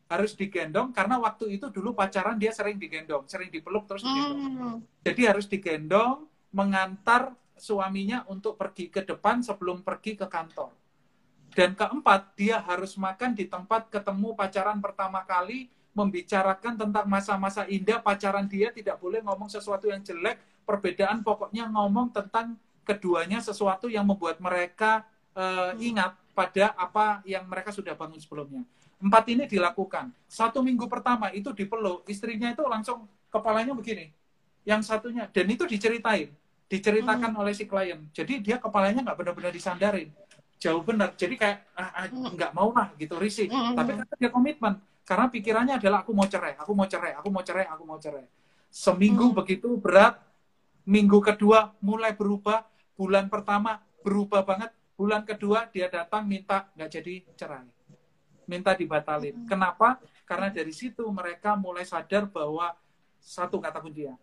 harus digendong karena waktu itu dulu pacaran dia sering digendong, sering dipeluk terus digendong. Hmm. Jadi harus digendong, mengantar suaminya untuk pergi ke depan sebelum pergi ke kantor. Dan keempat, dia harus makan di tempat ketemu pacaran pertama kali, membicarakan tentang masa-masa indah pacaran dia, tidak boleh ngomong sesuatu yang jelek, perbedaan pokoknya ngomong tentang keduanya sesuatu yang membuat mereka uh, ingat pada apa yang mereka sudah bangun sebelumnya. Empat ini dilakukan. Satu minggu pertama itu dipeluk, istrinya itu langsung kepalanya begini. Yang satunya, dan itu diceritain. Diceritakan hmm. oleh si klien. Jadi dia kepalanya nggak benar-benar disandarin. Jauh benar. Jadi kayak, ah, ah, nggak mau lah gitu, risih. Hmm. Tapi kan dia komitmen. Karena pikirannya adalah aku mau cerai, aku mau cerai, aku mau cerai, aku mau cerai. Seminggu hmm. begitu berat. Minggu kedua mulai berubah. Bulan pertama berubah banget. Bulan kedua dia datang minta nggak jadi cerai. Minta dibatalin. Kenapa? Karena dari situ mereka mulai sadar bahwa satu kata kuncinya,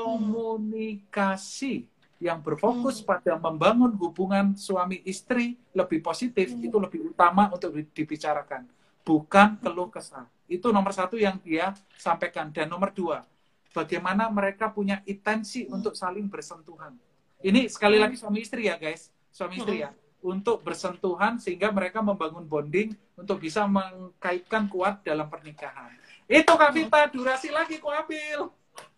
komunikasi yang berfokus pada membangun hubungan suami istri lebih positif, itu lebih utama untuk dibicarakan. Bukan keluh kesah. Itu nomor satu yang dia sampaikan. Dan nomor dua, bagaimana mereka punya intensi untuk saling bersentuhan. Ini sekali lagi suami istri ya guys. Suami istri ya. Untuk bersentuhan sehingga mereka membangun bonding untuk bisa mengkaitkan kuat dalam pernikahan. Itu Kak Vita, durasi lagi ku ambil.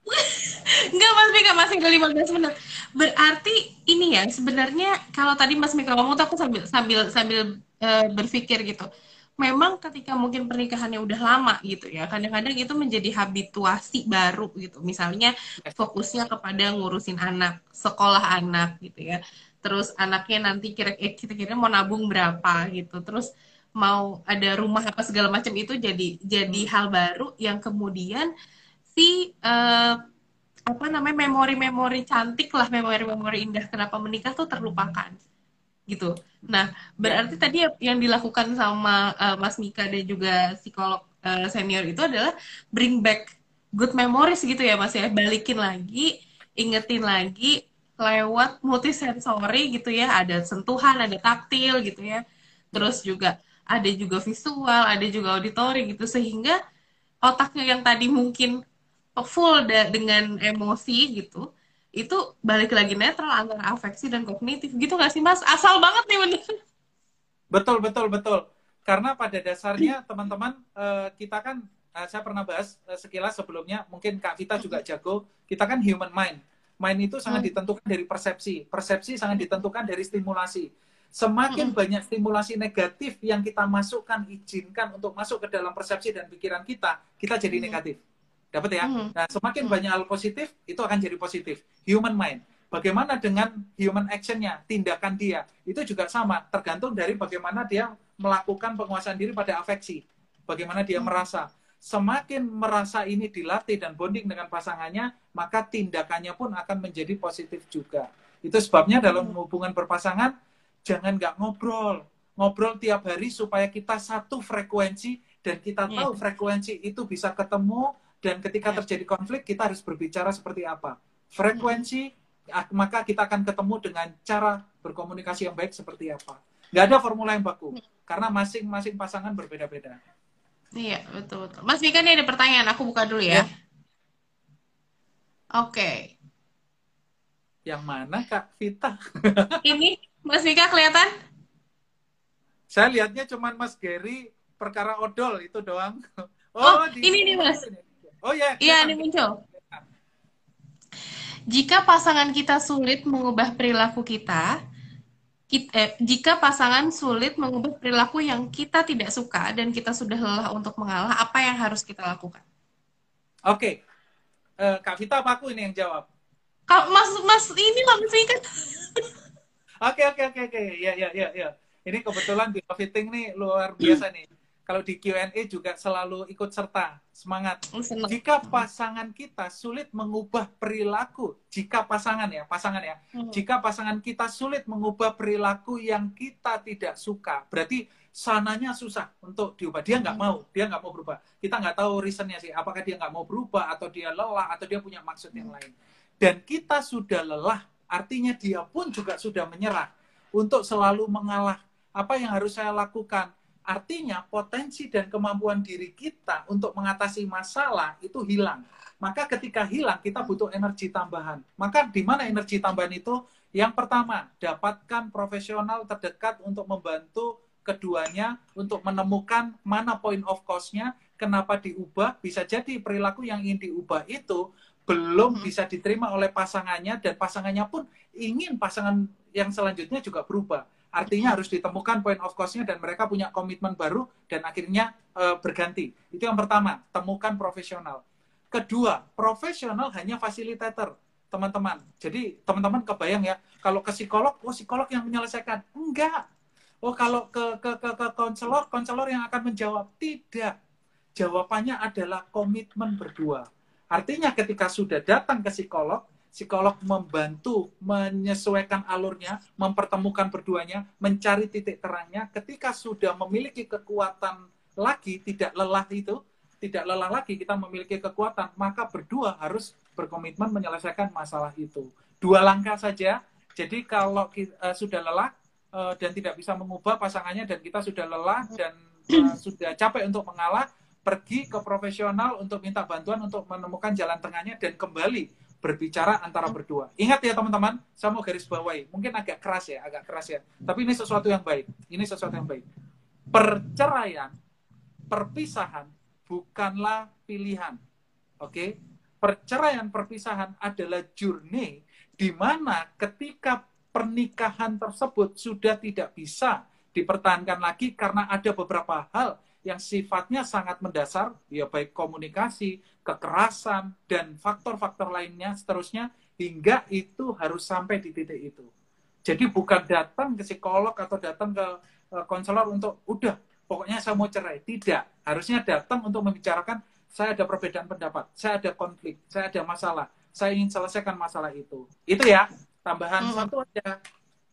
Enggak Mas Mika, masih ada lima belas menit. Berarti ini ya sebenarnya kalau tadi Mas Mika ngomong tuh aku sambil sambil sambil uh, berpikir gitu. Memang ketika mungkin pernikahannya udah lama gitu ya, kadang-kadang itu menjadi habituasi baru gitu. Misalnya fokusnya kepada ngurusin anak, sekolah anak gitu ya. Terus anaknya nanti kira eh, kita kira mau nabung berapa gitu, terus mau ada rumah apa segala macam itu jadi jadi hal baru yang kemudian si uh, apa namanya memori-memori cantik lah, memori-memori indah kenapa menikah tuh terlupakan gitu. Nah berarti ya. Tadi yang dilakukan sama uh, Mas Mika dan juga psikolog uh, senior itu adalah bring back good memories gitu ya Mas ya, balikin lagi, ingetin lagi lewat multisensori gitu ya, ada sentuhan, ada taktil gitu ya, terus juga ada juga visual, ada juga auditori gitu, sehingga otaknya yang tadi mungkin full dengan emosi gitu, itu balik lagi netral antara afeksi dan kognitif gitu nggak sih Mas? Asal banget nih bener. Betul, betul, betul. Karena pada dasarnya teman-teman, kita kan, saya pernah bahas sekilas sebelumnya, mungkin Kak Vita juga jago, kita kan human mind. Mind itu sangat ditentukan dari persepsi. Persepsi sangat ditentukan dari stimulasi. Semakin hmm. banyak stimulasi negatif yang kita masukkan, izinkan untuk masuk ke dalam persepsi dan pikiran kita, kita jadi hmm. negatif. Dapat ya? Hmm. Nah, semakin hmm. banyak hal positif, itu akan jadi positif. Human mind. Bagaimana dengan human action-nya, tindakan dia, itu juga sama, tergantung dari bagaimana dia melakukan penguasaan diri pada afeksi. Bagaimana dia hmm. merasa. Semakin merasa ini dilatih dan bonding dengan pasangannya, maka tindakannya pun akan menjadi positif juga. Itu sebabnya dalam hubungan berpasangan, jangan nggak ngobrol. Ngobrol tiap hari supaya kita satu frekuensi, dan kita tahu frekuensi itu bisa ketemu, dan ketika terjadi konflik, kita harus berbicara seperti apa. Frekuensi, maka kita akan ketemu dengan cara berkomunikasi yang baik seperti apa. Nggak ada formula yang baku, karena masing-masing pasangan berbeda-beda. Iya, betul-betul. Mas Mika, nih ada pertanyaan, aku buka dulu ya. ya. Oke. Okay. Yang mana Kak Vita? Ini, Mas Mika kelihatan? Saya lihatnya cuma Mas Gary, perkara odol itu doang. Oh, oh di, ini nih Mas. Oh ya. Iya, ini muncul. Jika pasangan kita sulit mengubah perilaku kita, kita eh, jika pasangan sulit mengubah perilaku yang kita tidak suka dan kita sudah lelah untuk mengalah, apa yang harus kita lakukan? Oke, okay. uh, Kak Vita apa aku ini yang jawab? Kak, Mas, Mas ini lah Mas Vika. Oke, oke, oke, oke, ya, ya, ya, ya. Ini kebetulan di fitting nih luar biasa nih. Kalau di Q and A juga selalu ikut serta, semangat. Senang. Jika pasangan kita sulit mengubah perilaku, jika pasangan ya, pasangan ya, hmm. jika pasangan kita sulit mengubah perilaku yang kita tidak suka, berarti sananya susah untuk diubah. Dia nggak hmm. mau, dia nggak mau berubah. Kita nggak tahu reasonnya sih, apakah dia nggak mau berubah, atau dia lelah, atau dia punya maksud yang lain. Dan kita sudah lelah, artinya dia pun juga sudah menyerah untuk selalu mengalah. Apa yang harus saya lakukan? artinya potensi dan kemampuan diri kita untuk mengatasi masalah itu hilang. Maka ketika hilang, kita butuh energi tambahan. Maka di mana energi tambahan itu? Yang pertama, dapatkan profesional terdekat untuk membantu keduanya untuk menemukan mana point of cost-nya, kenapa diubah. Bisa jadi perilaku yang ingin diubah itu belum bisa diterima oleh pasangannya, dan pasangannya pun ingin pasangan yang selanjutnya juga berubah. Artinya harus ditemukan point of cost-nya dan mereka punya komitmen baru dan akhirnya e, berganti. Itu yang pertama, temukan profesional. Kedua, profesional hanya fasilitator, teman-teman. Jadi teman-teman kebayang ya, kalau ke psikolog, oh psikolog yang menyelesaikan. Enggak. Oh kalau ke ke ke, ke konselor, konselor yang akan menjawab. Tidak. Jawabannya adalah komitmen berdua. Artinya ketika sudah datang ke psikolog, psikolog membantu menyesuaikan alurnya, mempertemukan berduanya, mencari titik terangnya. Ketika sudah memiliki kekuatan lagi, tidak lelah itu, tidak lelah lagi, kita memiliki kekuatan, maka berdua harus berkomitmen menyelesaikan masalah itu. Dua langkah saja. Jadi kalau kita, uh, sudah lelah uh, dan tidak bisa mengubah pasangannya, dan kita sudah lelah dan uh, sudah capek untuk mengalah, pergi ke profesional untuk minta bantuan untuk menemukan jalan tengahnya dan kembali berbicara antara berdua. Ingat ya teman-teman, saya mau garis bawahi. Mungkin agak keras ya, agak keras ya. Tapi ini sesuatu yang baik. Ini sesuatu yang baik. Perceraian, perpisahan bukanlah pilihan. Oke? Perceraian, perpisahan adalah journey di mana ketika pernikahan tersebut sudah tidak bisa dipertahankan lagi karena ada beberapa hal yang sifatnya sangat mendasar, ya baik komunikasi, kekerasan, dan faktor-faktor lainnya seterusnya, hingga itu harus sampai di titik itu. Jadi bukan datang ke psikolog atau datang ke konselor untuk, udah, pokoknya saya mau cerai. Tidak. Harusnya datang untuk membicarakan, saya ada perbedaan pendapat, saya ada konflik, saya ada masalah, saya ingin selesaikan masalah itu. Itu ya, tambahan hmm. satu aja.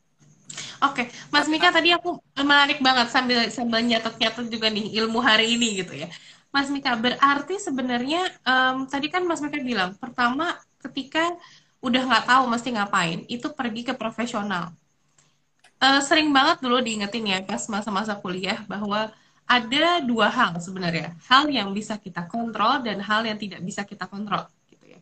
Oke, Mas Mika, tadi aku menarik banget sambil sambil nyatet-nyatet juga nih ilmu hari ini gitu ya. Mas Mika, berarti sebenarnya um, tadi kan Mas Mika bilang, pertama ketika udah nggak tahu mesti ngapain, itu pergi ke profesional. Uh, sering banget dulu diingetin ya pas masa-masa kuliah bahwa ada dua hal sebenarnya, hal yang bisa kita kontrol dan hal yang tidak bisa kita kontrol, gitu ya.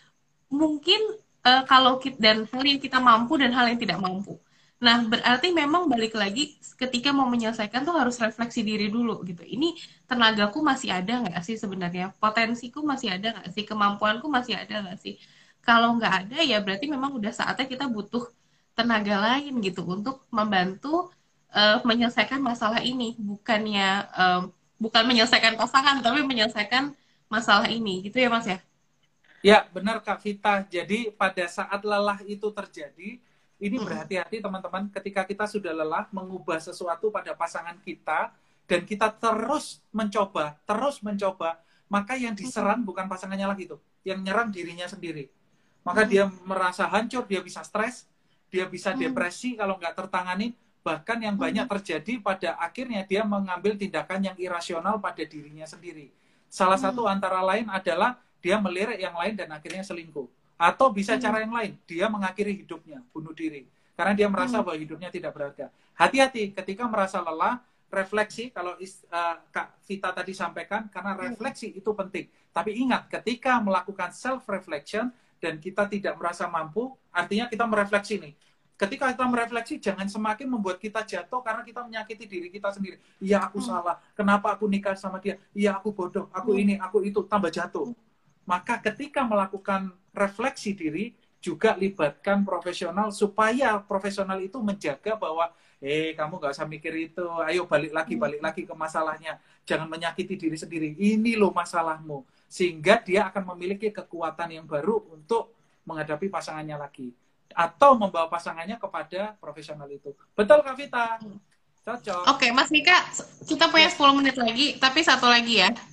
Mungkin uh, kalau kita, dan hal yang kita mampu dan hal yang tidak mampu. Nah, berarti memang balik lagi ketika mau menyelesaikan tuh harus refleksi diri dulu gitu. Ini tenagaku masih ada nggak sih sebenarnya? Potensiku masih ada nggak sih? Kemampuanku masih ada nggak sih? Kalau nggak ada ya berarti memang udah saatnya kita butuh tenaga lain gitu untuk membantu uh, menyelesaikan masalah ini. Bukannya um, bukan menyelesaikan pasangan, tapi menyelesaikan masalah ini gitu ya Mas ya? Ya, benar Kak Vita. Jadi pada saat lelah itu terjadi, ini berhati-hati teman-teman, ketika kita sudah lelah mengubah sesuatu pada pasangan kita, dan kita terus mencoba, terus mencoba, maka yang diserang bukan pasangannya lagi tuh, yang nyerang dirinya sendiri. Maka dia merasa hancur, dia bisa stres, dia bisa depresi kalau nggak tertangani, bahkan yang banyak terjadi pada akhirnya dia mengambil tindakan yang irasional pada dirinya sendiri. Salah satu antara lain adalah dia melirik yang lain dan akhirnya selingkuh. Atau bisa hmm. cara yang lain, dia mengakhiri hidupnya, bunuh diri. Karena dia merasa hmm. bahwa hidupnya tidak berharga. Hati-hati ketika merasa lelah, refleksi, kalau uh, Kak Vita tadi sampaikan, karena refleksi hmm. itu penting. Tapi ingat, ketika melakukan self-reflection, dan kita tidak merasa mampu, artinya kita merefleksi nih. Ketika kita merefleksi, jangan semakin membuat kita jatuh, karena kita menyakiti diri kita sendiri. Iya, aku hmm. salah. Kenapa aku nikah sama dia? Iya, aku bodoh. Aku hmm. ini, aku itu. Tambah jatuh. Maka ketika melakukan refleksi diri, juga libatkan profesional supaya profesional itu menjaga bahwa eh kamu nggak usah mikir itu, ayo balik lagi balik lagi ke masalahnya, jangan menyakiti diri sendiri, ini loh masalahmu, sehingga dia akan memiliki kekuatan yang baru untuk menghadapi pasangannya lagi atau membawa pasangannya kepada profesional itu. Betul Kak Vita? Cocok. Oke Mas Mika, kita punya sepuluh menit lagi, tapi satu lagi ya.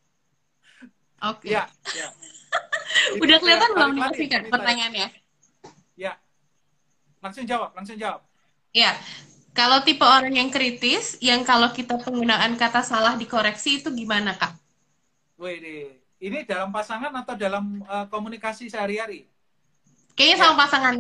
Oke. Ya, ya. Udah kelihatan belum nih Mas Mika pertanyaannya? Ya. Langsung jawab, langsung jawab. Ya. Kalau tipe orang yang kritis, yang kalau kita penggunaan kata salah dikoreksi itu gimana, Kak? Wih, ini dalam pasangan atau dalam uh, komunikasi sehari-hari? Kayaknya ya. sama pasangan ini.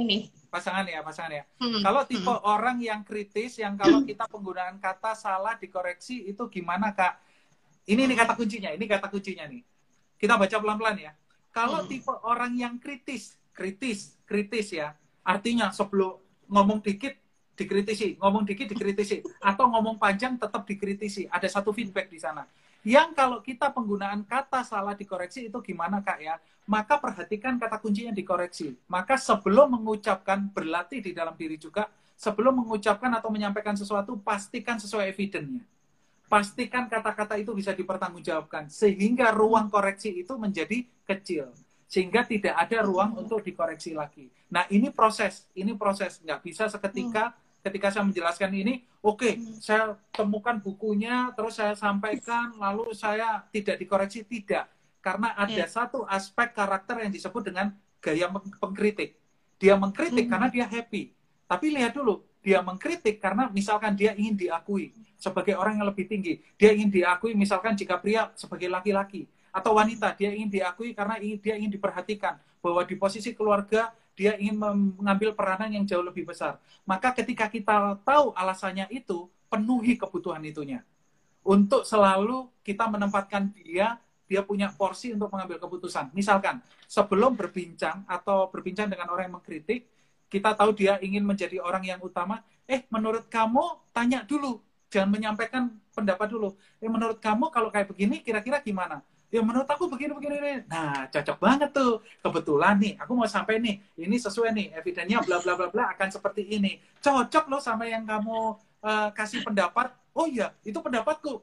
pasangan ya, pasangan ya. Hmm. Kalau tipe Hmm. orang yang kritis, yang kalau kita penggunaan kata salah dikoreksi, itu gimana, Kak? Ini nih kata kuncinya, ini kata kuncinya nih. Kita baca pelan-pelan ya. Kalau Hmm. tipe orang yang kritis, kritis, kritis ya, artinya sebelum ngomong dikit dikritisi, ngomong dikit dikritisi, atau ngomong panjang tetap dikritisi. Ada satu feedback di sana. Yang kalau kita penggunaan kata salah dikoreksi itu gimana, Kak ya? Maka perhatikan kata kuncinya dikoreksi. Maka sebelum mengucapkan, berlatih di dalam diri juga, sebelum mengucapkan atau menyampaikan sesuatu, pastikan sesuai evidence-nya. Pastikan kata-kata itu bisa dipertanggungjawabkan. Sehingga ruang koreksi itu menjadi kecil. Sehingga tidak ada ruang untuk dikoreksi lagi. Nah, ini proses. Ini proses. Nggak bisa seketika, ketika saya menjelaskan ini, oke, okay, saya temukan bukunya, terus saya sampaikan, lalu saya tidak dikoreksi. Tidak. Karena ada yeah. satu aspek karakter yang disebut dengan gaya pengkritik. Dia mengkritik mm-hmm. karena dia happy. Tapi lihat dulu, dia mengkritik karena misalkan dia ingin diakui sebagai orang yang lebih tinggi. Dia ingin diakui misalkan jika pria sebagai laki-laki. Atau wanita, dia ingin diakui karena ingin, dia ingin diperhatikan. Bahwa di posisi keluarga, dia ingin mengambil peranan yang jauh lebih besar. Maka ketika kita tahu alasannya itu, penuhi kebutuhan itunya. Untuk selalu kita menempatkan dia, dia punya porsi untuk mengambil keputusan. Misalkan, sebelum berbincang atau berbincang dengan orang yang mengkritik, kita tahu dia ingin menjadi orang yang utama, eh menurut kamu, tanya dulu. Jangan menyampaikan pendapat dulu. Eh menurut kamu kalau kayak begini, kira-kira gimana? Ya menurut aku begini-begini. Nah, cocok banget tuh. Kebetulan nih, aku mau sampai nih. Ini sesuai nih, evidennya bla bla bla bla akan seperti ini. Cocok loh sama yang kamu uh, kasih pendapat. Oh iya, itu pendapatku.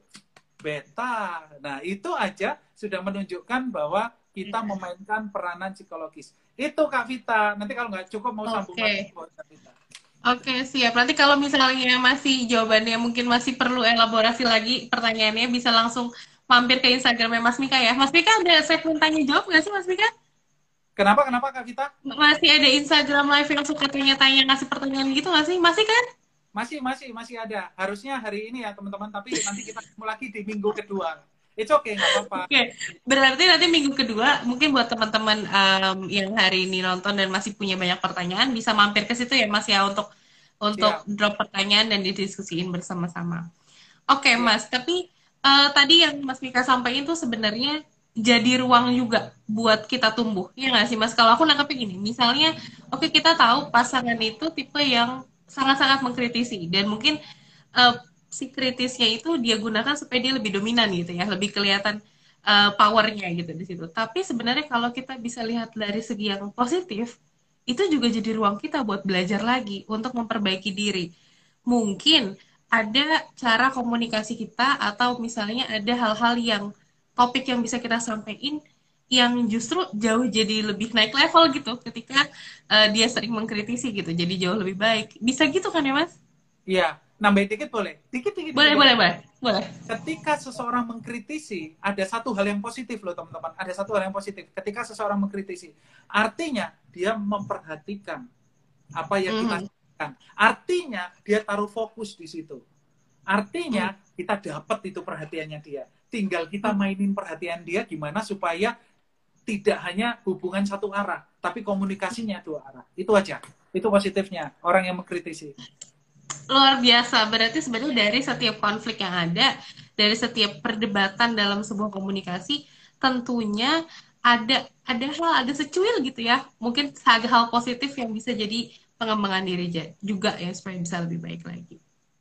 Beta. Nah, itu aja sudah menunjukkan bahwa kita memainkan peranan psikologis. Itu Kak Vita. Nanti kalau nggak cukup mau sambung lagi buat Kak Vita. Oke, siap. Nanti kalau misalnya masih jawabannya mungkin masih perlu elaborasi lagi pertanyaannya, bisa langsung mampir ke Instagramnya Mas Mika ya. Mas Mika ada segmen tanya jawab nggak sih Mas Mika? Kenapa? Kenapa Kak Vita? Masih ada Instagram live yang suka tanya-tanya ngasih pertanyaan gitu nggak sih? Masih kan? Masih, masih, masih ada. Harusnya hari ini ya teman-teman, tapi nanti kita ketemu lagi di minggu kedua. It's okay, nggak apa-apa. Oke, okay. Berarti nanti minggu kedua mungkin buat teman-teman um, yang hari ini nonton dan masih punya banyak pertanyaan bisa mampir ke situ ya Mas ya untuk untuk Siap. drop pertanyaan dan didiskusiin bersama-sama. Oke okay, Mas, tapi uh, tadi yang Mas Mika sampaikan itu sebenarnya jadi ruang juga buat kita tumbuh, ya nggak sih Mas? Kalau aku nangkepnya gini, misalnya, oke okay, kita tahu pasangan itu tipe yang sangat-sangat mengkritisi dan mungkin uh, si kritisnya itu dia gunakan supaya dia lebih dominan gitu ya, lebih kelihatan uh, powernya gitu di situ. Tapi sebenarnya kalau kita bisa lihat dari segi yang positif, itu juga jadi ruang kita buat belajar lagi untuk memperbaiki diri. Mungkin ada cara komunikasi kita atau misalnya ada hal-hal yang topik yang bisa kita sampaikan yang justru jauh jadi lebih naik level gitu ketika uh, dia sering mengkritisi gitu, jadi jauh lebih baik. Bisa gitu kan ya Mas? Iya. Nambahin dikit boleh? Dikit-dikit. Boleh, boleh, boleh, boleh. Ketika seseorang mengkritisi, ada satu hal yang positif loh teman-teman. Ada satu hal yang positif. Ketika seseorang mengkritisi, artinya dia memperhatikan apa yang kita lakukan. Mm-hmm. Artinya dia taruh fokus di situ. Artinya mm. kita dapat itu perhatiannya dia. Tinggal kita mainin perhatian dia gimana supaya tidak hanya hubungan satu arah, tapi komunikasinya dua arah. Itu aja. Itu positifnya orang yang mengkritisi. Luar biasa, berarti sebenarnya dari setiap konflik yang ada, dari setiap perdebatan dalam sebuah komunikasi, tentunya ada ada hal, ada secuil gitu ya, mungkin ada hal positif yang bisa jadi pengembangan diri juga ya, supaya bisa lebih baik lagi.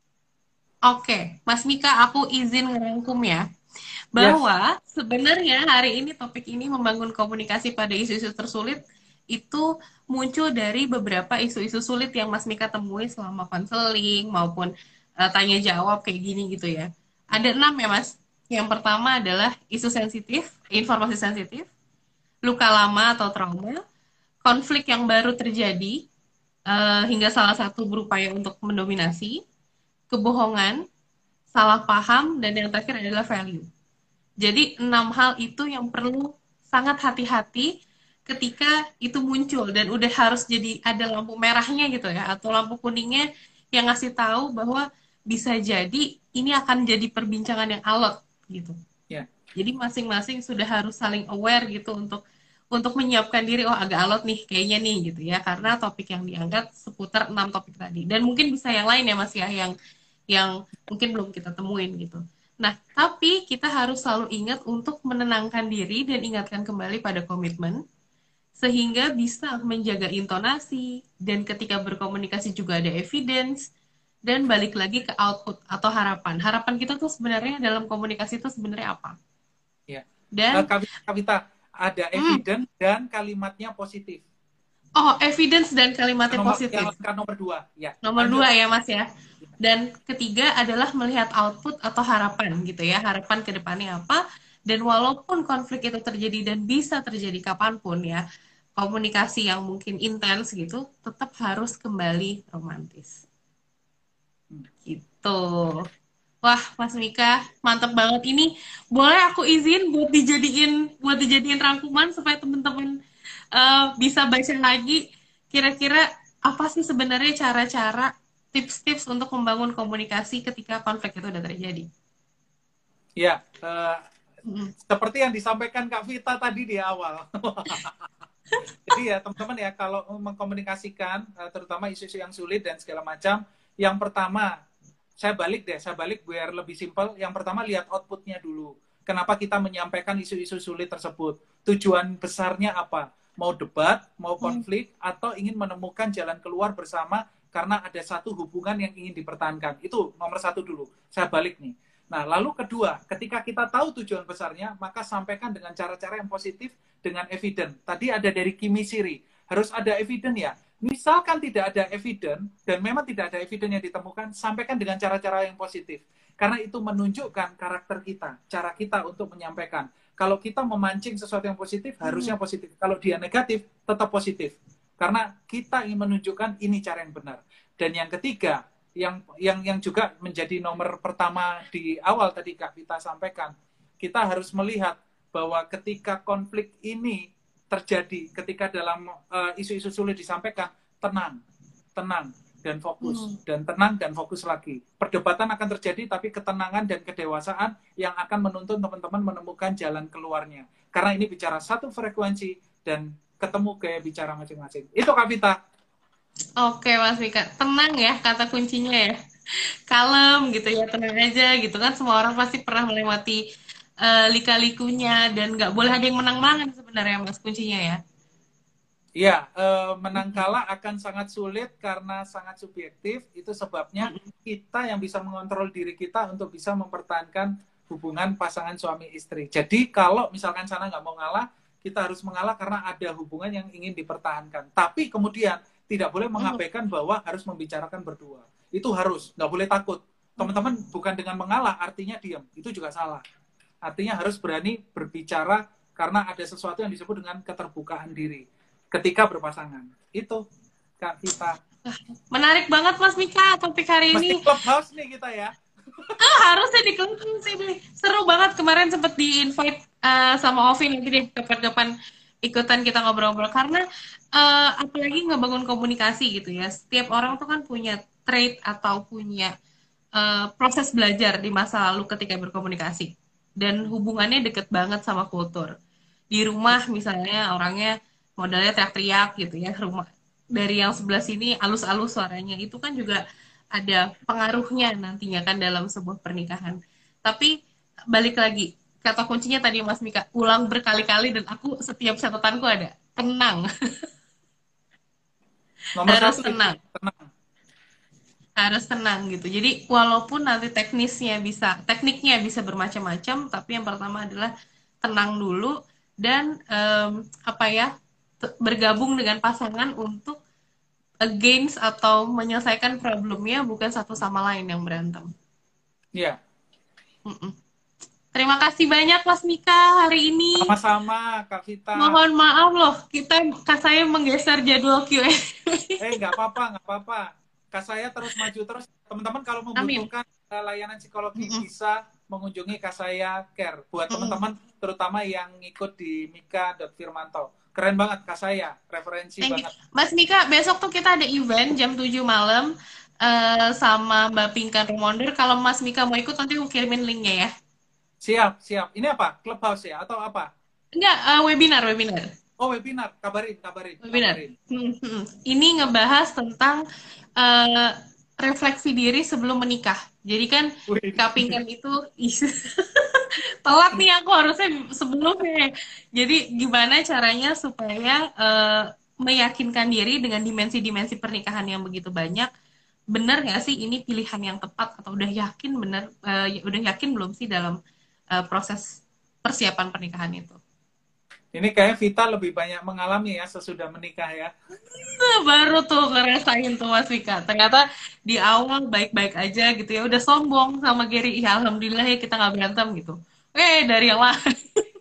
Oke, Mas Mika, aku izin ngerangkum ya, bahwa yes. sebenarnya hari ini topik ini membangun komunikasi pada isu-isu tersulit, itu muncul dari beberapa isu-isu sulit yang Mas Mika temui selama konseling maupun uh, tanya jawab kayak gini gitu ya. Ada enam ya Mas. Yang pertama adalah isu sensitif, informasi sensitif, luka lama atau trauma, konflik yang baru terjadi uh, hingga salah satu berupaya untuk mendominasi, kebohongan, salah paham, dan yang terakhir adalah value. Jadi enam hal itu yang perlu sangat hati-hati ketika itu muncul dan udah harus jadi ada lampu merahnya gitu ya, atau lampu kuningnya yang ngasih tahu bahwa bisa jadi ini akan jadi perbincangan yang alot gitu. Yeah. Jadi masing-masing sudah harus saling aware gitu untuk untuk menyiapkan diri, oh agak alot nih kayaknya nih gitu ya, karena topik yang diangkat seputar enam topik tadi. Dan mungkin bisa yang lain ya Mas ya, yang yang mungkin belum kita temuin gitu. Nah, tapi kita harus selalu ingat untuk menenangkan diri dan ingatkan kembali pada komitmen, sehingga bisa menjaga intonasi, dan ketika berkomunikasi juga ada evidence, dan balik lagi ke output atau harapan. Harapan kita tuh sebenarnya dalam komunikasi itu sebenarnya apa? Ya. Uh, Dan, Kavita, Kavita, ada hmm, evidence dan kalimatnya positif. oh, evidence dan kalimatnya Nomor yang positif. langkah nomor dua, ya. Nomor Lanjut. dua ya Mas ya. Dan ketiga adalah melihat output atau harapan gitu ya. Harapan ke depannya apa. Dan walaupun konflik itu terjadi dan bisa terjadi kapanpun ya, komunikasi yang mungkin intens gitu, tetap harus kembali romantis. Hmm. Gitu. Wah, Mas Mika, mantep banget ini. Boleh aku izin buat dijadiin buat dijadiin rangkuman supaya teman-teman uh, bisa baca lagi kira-kira apa sih sebenarnya cara-cara tips-tips untuk membangun komunikasi ketika konflik itu udah terjadi. Ya, uh, Mm. seperti yang disampaikan Kak Vita tadi di awal. Jadi ya teman-teman ya, kalau mengkomunikasikan, uh, terutama isu-isu yang sulit dan segala macam, yang pertama, saya balik deh, saya balik biar lebih simpel. Yang pertama lihat outputnya dulu. Kenapa kita menyampaikan isu-isu sulit tersebut? Tujuan besarnya apa? Mau debat, mau konflik, atau ingin menemukan jalan keluar bersama karena ada satu hubungan yang ingin dipertahankan. Itu nomor satu dulu. Saya balik nih. Nah, lalu kedua, ketika kita tahu tujuan besarnya, maka sampaikan dengan cara-cara yang positif, dengan evidence. Tadi ada dari Kimi Siri. Harus ada evidence ya. Misalkan tidak ada evidence, dan memang tidak ada evidence yang ditemukan, sampaikan dengan cara-cara yang positif. Karena itu menunjukkan karakter kita, cara kita untuk menyampaikan. Kalau kita memancing sesuatu yang positif, harusnya positif. Kalau dia negatif, tetap positif. Karena kita ingin menunjukkan ini cara yang benar. Dan yang ketiga, yang yang yang juga menjadi nomor pertama di awal tadi Kak Vita sampaikan, kita harus melihat bahwa ketika konflik ini terjadi, ketika dalam uh, isu-isu sulit disampaikan, tenang, tenang dan fokus, dan tenang dan fokus lagi. Perdebatan akan terjadi, tapi ketenangan dan kedewasaan yang akan menuntun teman-teman menemukan jalan keluarnya. Karena ini bicara satu frekuensi dan ketemu gaya bicara masing-masing. Itu Kak Vita. Oke Mas Mika, tenang ya kata kuncinya ya. Kalem gitu ya, tenang aja gitu kan. Semua orang pasti pernah melewati uh, lika-likunya dan nggak boleh ada yang menang-menangan sebenarnya Mas kuncinya ya. Iya, eh, menang kalah akan sangat sulit karena sangat subjektif. Itu sebabnya kita yang bisa mengontrol diri kita untuk bisa mempertahankan hubungan pasangan suami istri. Jadi kalau misalkan sana nggak mau ngalah, kita harus mengalah karena ada hubungan yang ingin dipertahankan. Tapi kemudian tidak boleh mengabaikan bahwa harus membicarakan berdua. Itu harus, nggak boleh takut. Teman-teman bukan dengan mengalah artinya diam. Itu juga salah. Artinya harus berani berbicara karena ada sesuatu yang disebut dengan keterbukaan diri ketika berpasangan. Itu Kak Vita. Menarik banget Mas Mika topik hari Mesti ini. clubhouse nih kita ya. Ah, harusnya di clubhouse ini. Seru banget kemarin sempet di-invite uh, sama Ovi, nanti deh kapan-kapan ikutan kita ngobrol-ngobrol karena uh, apalagi ngebangun komunikasi gitu ya. Setiap orang tuh kan punya trait atau punya uh, proses belajar di masa lalu ketika berkomunikasi. Dan hubungannya deket banget sama kultur. Di rumah misalnya orangnya modalnya teriak-teriak gitu ya. Rumah dari yang sebelah sini alus-alus suaranya. Itu kan juga ada pengaruhnya nantinya kan dalam sebuah pernikahan. Tapi balik lagi, kata kuncinya tadi Mas Mika, ulang berkali-kali dan aku setiap catatanku ada, tenang. Nomor Harus satu itu, tenang. tenang. Harus tenang gitu. Jadi walaupun nanti teknisnya bisa, tekniknya bisa bermacam-macam, tapi yang pertama adalah tenang dulu dan um, apa ya, bergabung dengan pasangan untuk against atau menyelesaikan problemnya bukan satu sama lain yang berantem. Iya. Mm-mm. Terima kasih banyak Mas Mika hari ini. Sama-sama Kak Vita. Mohon maaf loh, kita kak saya menggeser jadwal Q and A. Eh nggak apa-apa, nggak apa-apa. Kak saya terus maju terus. Teman-teman kalau Amin. membutuhkan uh, layanan psikologi Mm-mm. bisa mengunjungi Kak saya Care. Buat teman-teman terutama yang ngikut di mika dot firmanto. Keren banget Kak saya, referensi Thank you. banget. Mas Mika, besok tuh kita ada event jam tujuh malam uh, sama Mbak Pinkan Remonder. Kalau Mas Mika mau ikut nanti aku kirimin linknya ya. Siap, siap. Ini apa? Clubhouse ya atau apa? Enggak, uh, webinar, webinar. Oh, webinar, kabarin, kabarin, Webinar. kabarin. Hmm, hmm. Ini ngebahas tentang uh, refleksi diri sebelum menikah. Jadi kan Wih. Kapingan itu telat nih aku harusnya sebelumnya. Jadi gimana caranya supaya uh, meyakinkan diri dengan dimensi-dimensi pernikahan yang begitu banyak, benar nggak sih ini pilihan yang tepat atau udah yakin benar, uh, udah yakin belum sih dalam uh, proses persiapan pernikahan itu? Ini kayak Vita lebih banyak mengalami ya sesudah menikah ya. Nah, baru tuh ngerasain tuh Mas Vika. Ternyata di awal baik-baik aja gitu ya. Udah sombong sama Gary. Ya alhamdulillah ya kita nggak berantem gitu. Eh dari yang lain.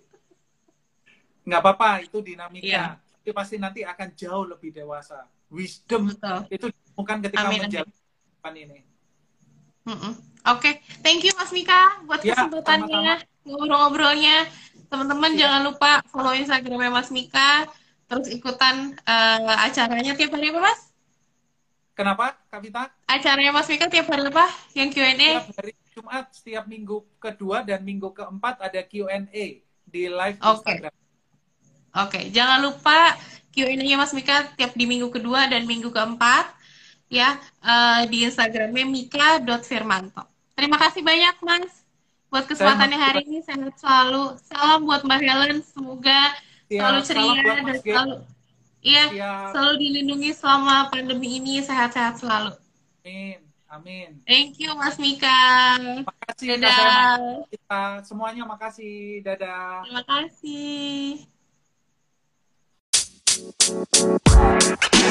Nggak apa-apa, itu Iya, dinamika. Tapi pasti nanti akan jauh lebih dewasa. Wisdom betul. itu ditemukan ketika Amin, amin. menjalani ini. Mm-mm. Oke, thank you Mas Mika buat Ya, sama-sama. kesempatannya, ngobrol-ngobrolnya. Teman-teman Siap. jangan lupa follow Instagramnya Mas Mika, terus ikutan eh, acaranya tiap hari apa Mas? Kenapa, Kak Vita? Acaranya Mas Mika tiap hari apa? Yang Q and A? Setiap hari Jumat, setiap minggu kedua dan minggu keempat ada Q and A di live Oke. Instagram. Oke, jangan lupa Q and A-nya Mas Mika tiap di minggu kedua dan minggu keempat ya eh, di Instagramnya mika.firmanto. Terima kasih banyak Mas buat Saya kesempatannya makasih hari banyak. ini. Sehat selalu. Salam buat Mbak Helen. Semoga selalu Siap. Salam ceria buat dan Mas G. selalu iya Siap. selalu dilindungi selama pandemi ini. Sehat-sehat selalu. Amin. Amin. Thank you Mas Mika. Makasih Kak saya Dadah. kita semuanya makasih. Dadah. Terima kasih.